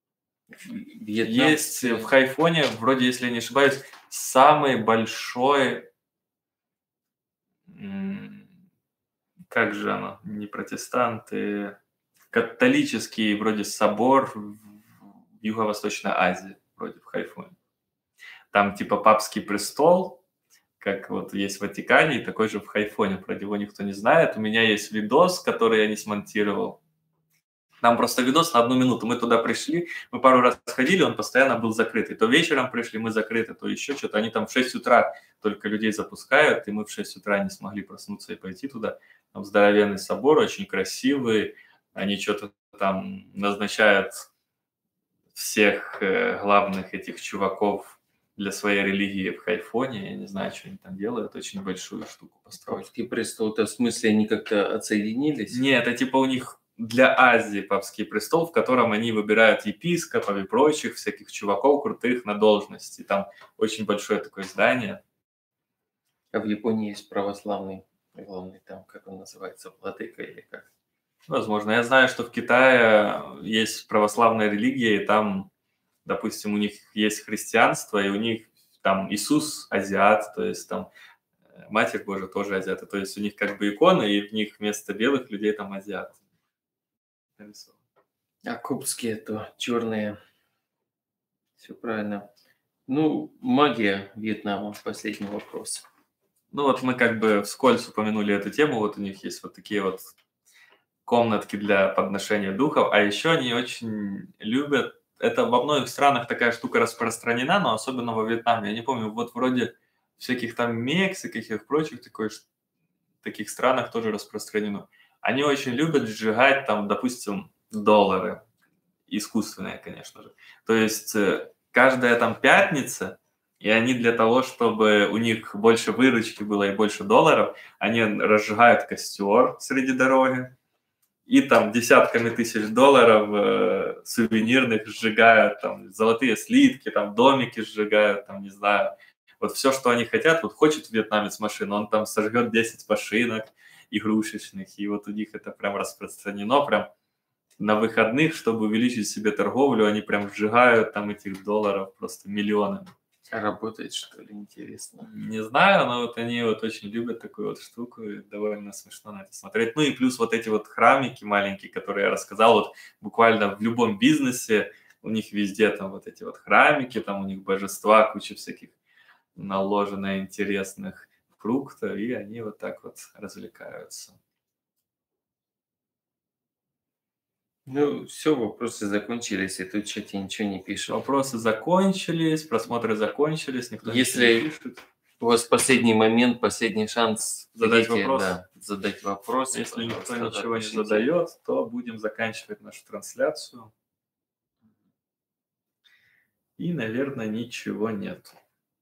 Speaker 1: Есть в Хайфоне, вроде, если я не ошибаюсь, самый большой, как же оно, не протестанты, католический вроде собор в Юго-Восточной Азии, вроде в Хайфоне. Там типа папский престол, как вот есть в Ватикане, и такой же в Хайфоне. Про него никто не знает. У меня есть видос, который я не смонтировал. Там просто видос на 1 минуту. Мы туда пришли, мы пару раз ходили, он постоянно был закрытый. То вечером пришли, мы закрыты, то еще что-то. Они там в 6 утра только людей запускают, и мы в 6 утра не смогли проснуться и пойти туда. Там здоровенный собор, очень красивый. Они что-то там назначают всех главных этих чуваков для своей религии в Хайфоне. Я не знаю, что они там делают. Очень большую штуку построили.
Speaker 2: Папский престол-то в смысле они как-то отсоединились?
Speaker 1: Нет, это типа у них для Азии папский престол, в котором они выбирают епископов и прочих всяких чуваков крутых на должности. Там очень большое такое здание.
Speaker 2: А в Японии есть православный, главный там, как он называется, владыка или как?
Speaker 1: Возможно. Я знаю, что в Китае есть православная религия, и там, допустим, у них есть христианство, и у них там Иисус азиат, то есть там Матерь Божия тоже азиаты. То есть у них как бы иконы, и в них вместо белых людей там азиаты.
Speaker 2: А копские то черные. Все правильно. Ну, магия Вьетнама. Последний вопрос.
Speaker 1: Ну вот мы как бы вскользь упомянули эту тему. Вот у них есть вот такие вот комнатки для подношения духов. А еще они очень любят... Это во многих странах такая штука распространена, но особенно во Вьетнаме. Я не помню, вот вроде всяких там Мексиках и прочих таких странах тоже распространено. Они очень любят сжигать там, допустим, доллары. Искусственные, конечно же. То есть каждая там пятница, и они для того, чтобы у них больше выручки было и больше долларов, они разжигают костер среди дороги, и там десятками тысяч долларов сувенирных сжигают, там золотые слитки, там домики сжигают, там не знаю. Вот все, что они хотят, вот хочет вьетнамец машину, он там сожгет 10 машинок игрушечных, и вот у них это прям распространено, прям на выходных, чтобы увеличить себе торговлю, они прям сжигают там этих долларов просто миллионами.
Speaker 2: А работает, что ли, интересно?
Speaker 1: Не знаю, но вот они вот очень любят такую вот штуку, и довольно смешно на это смотреть. Ну и плюс вот эти вот храмики маленькие, которые я рассказал, вот буквально в любом бизнесе у них везде там вот эти вот храмики, там у них божества, куча всяких наложено интересных фруктов, и они вот так вот развлекаются.
Speaker 2: Ну, все, вопросы закончились, и тут в чате ничего не пишут.
Speaker 1: Вопросы закончились, просмотры закончились, никто ничего
Speaker 2: Если
Speaker 1: не пишет.
Speaker 2: у вас последний момент, последний шанс
Speaker 1: Задать
Speaker 2: прийти,
Speaker 1: вопрос?
Speaker 2: да, задать вопрос.
Speaker 1: Если никто
Speaker 2: пожалуйста,
Speaker 1: ничего не
Speaker 2: отпишите.
Speaker 1: задает, то будем заканчивать нашу трансляцию. И, наверное, ничего нет.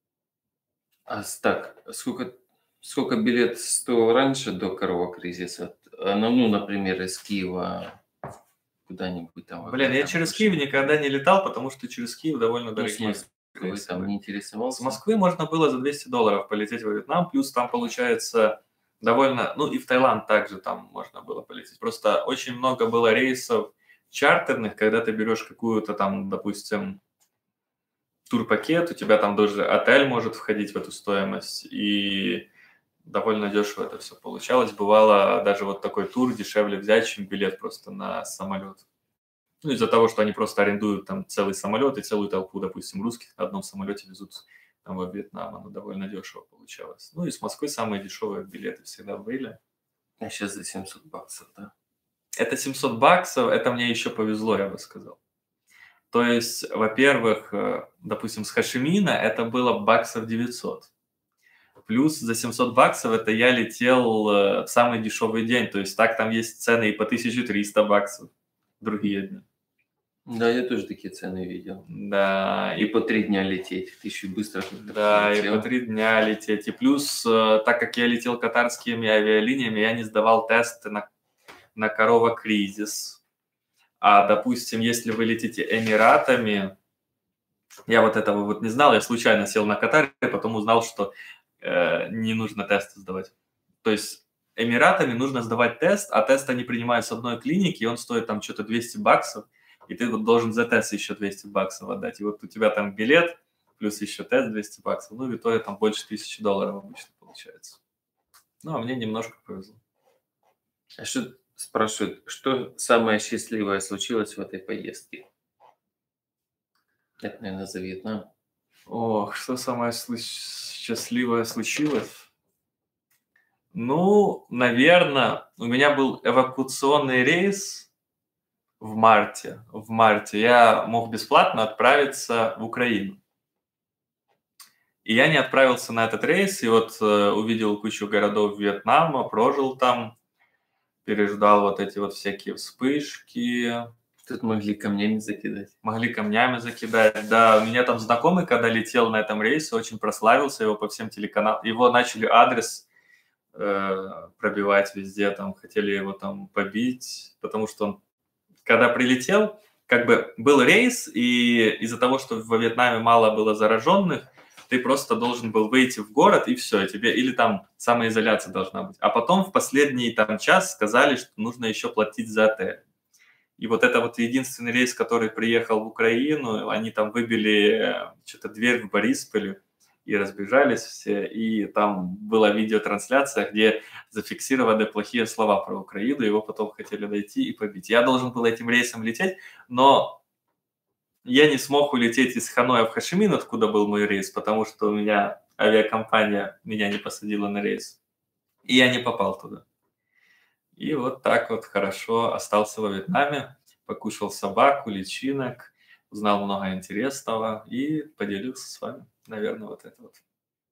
Speaker 2: Так, сколько билет стоил раньше до корового кризиса? Ну, например, из Киева куда-нибудь там.
Speaker 1: Блин, я через Киев никогда не летал, потому что через Киев довольно дорогие.
Speaker 2: Вы там не интересовался?
Speaker 1: С Москвы можно было за $200 полететь во Вьетнам, плюс там получается довольно... Ну и в Таиланд также там можно было полететь. Просто очень много было рейсов чартерных, когда ты берешь какую-то там, допустим, турпакет, у тебя там даже отель может входить в эту стоимость, и довольно дешево это все получалось. Бывало даже вот такой тур дешевле взять, чем билет просто на самолет. Ну, из-за того, что они просто арендуют там целый самолет и целую толпу, допустим, русских на одном самолете везут там во Вьетнам. Оно довольно дешево получалось. Ну, и с Москвы самые дешевые билеты всегда были.
Speaker 2: А сейчас за $700, да?
Speaker 1: Это $700, это мне еще повезло, я бы сказал. То есть, во-первых, допустим, с Хошимина это было баксов 900. Плюс за $700 это я летел в самый дешевый день. То есть так там есть цены и по $1300 другие дни.
Speaker 2: Да, я тоже такие цены видел.
Speaker 1: Да.
Speaker 2: И по 3 дня лететь. Ты еще быстро.
Speaker 1: Да, и по 3 дня лететь. И плюс, так как я летел катарскими авиалиниями, я не сдавал тесты на на Корова-Кризис. А, допустим, если вы летите Эмиратами, я вот этого вот не знал, я случайно сел на Катар, и потом узнал, что не нужно тесты сдавать. То есть Эмиратами нужно сдавать тест, а тест они принимают с одной клиники, и он стоит там что-то $200, и ты вот должен за тест еще $200 отдать. И вот у тебя там билет, плюс еще тест $200, ну, в итоге там больше $1000 обычно получается. Ну, а мне немножко повезло.
Speaker 2: А что спрашивают, что самое счастливое случилось в этой поездке? Это, наверное, за Вьетнам.
Speaker 1: Ох, что самое счастливое случилось? Ну, наверное, у меня был эвакуационный рейс в марте. В марте я мог бесплатно отправиться в Украину. И я не отправился на этот рейс, и вот увидел кучу городов Вьетнама, прожил там, переждал вот эти вот всякие вспышки.
Speaker 2: Тут могли камнями закидать.
Speaker 1: Могли камнями закидать, да. У меня там знакомый, когда летел на этом рейсе, очень прославился, его по всем телеканалам. Его начали адрес пробивать везде, там хотели его там побить, потому что он, когда прилетел, как бы был рейс, и из-за того, что во Вьетнаме мало было зараженных, ты просто должен был выйти в город, и все, тебе, или там самоизоляция должна быть. А потом в последний там час сказали, что нужно еще платить за отель. И вот это вот единственный рейс, который приехал в Украину, они там выбили что-то дверь в Борисполе и разбежались все, и там была видеотрансляция, где зафиксированы плохие слова про Украину, его потом хотели найти и побить. Я должен был этим рейсом лететь, но я не смог улететь из Ханоя в Хошимин, откуда был мой рейс, потому что у меня авиакомпания меня не посадила на рейс, и я не попал туда. И вот так вот хорошо остался во Вьетнаме, покушал собаку, личинок, узнал много интересного и поделился с вами, наверное, вот это вот.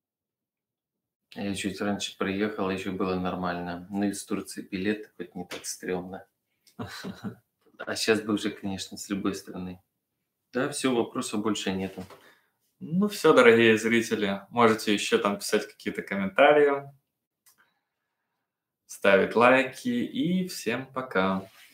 Speaker 2: Я чуть раньше приехал, еще было нормально. Ну, из Турции билет, хоть не так стрёмно. А сейчас бы уже, конечно, с любой стороны. Да, все, вопросов больше нету.
Speaker 1: Ну все, дорогие зрители, можете еще там писать какие-то комментарии, ставить лайки, и всем пока.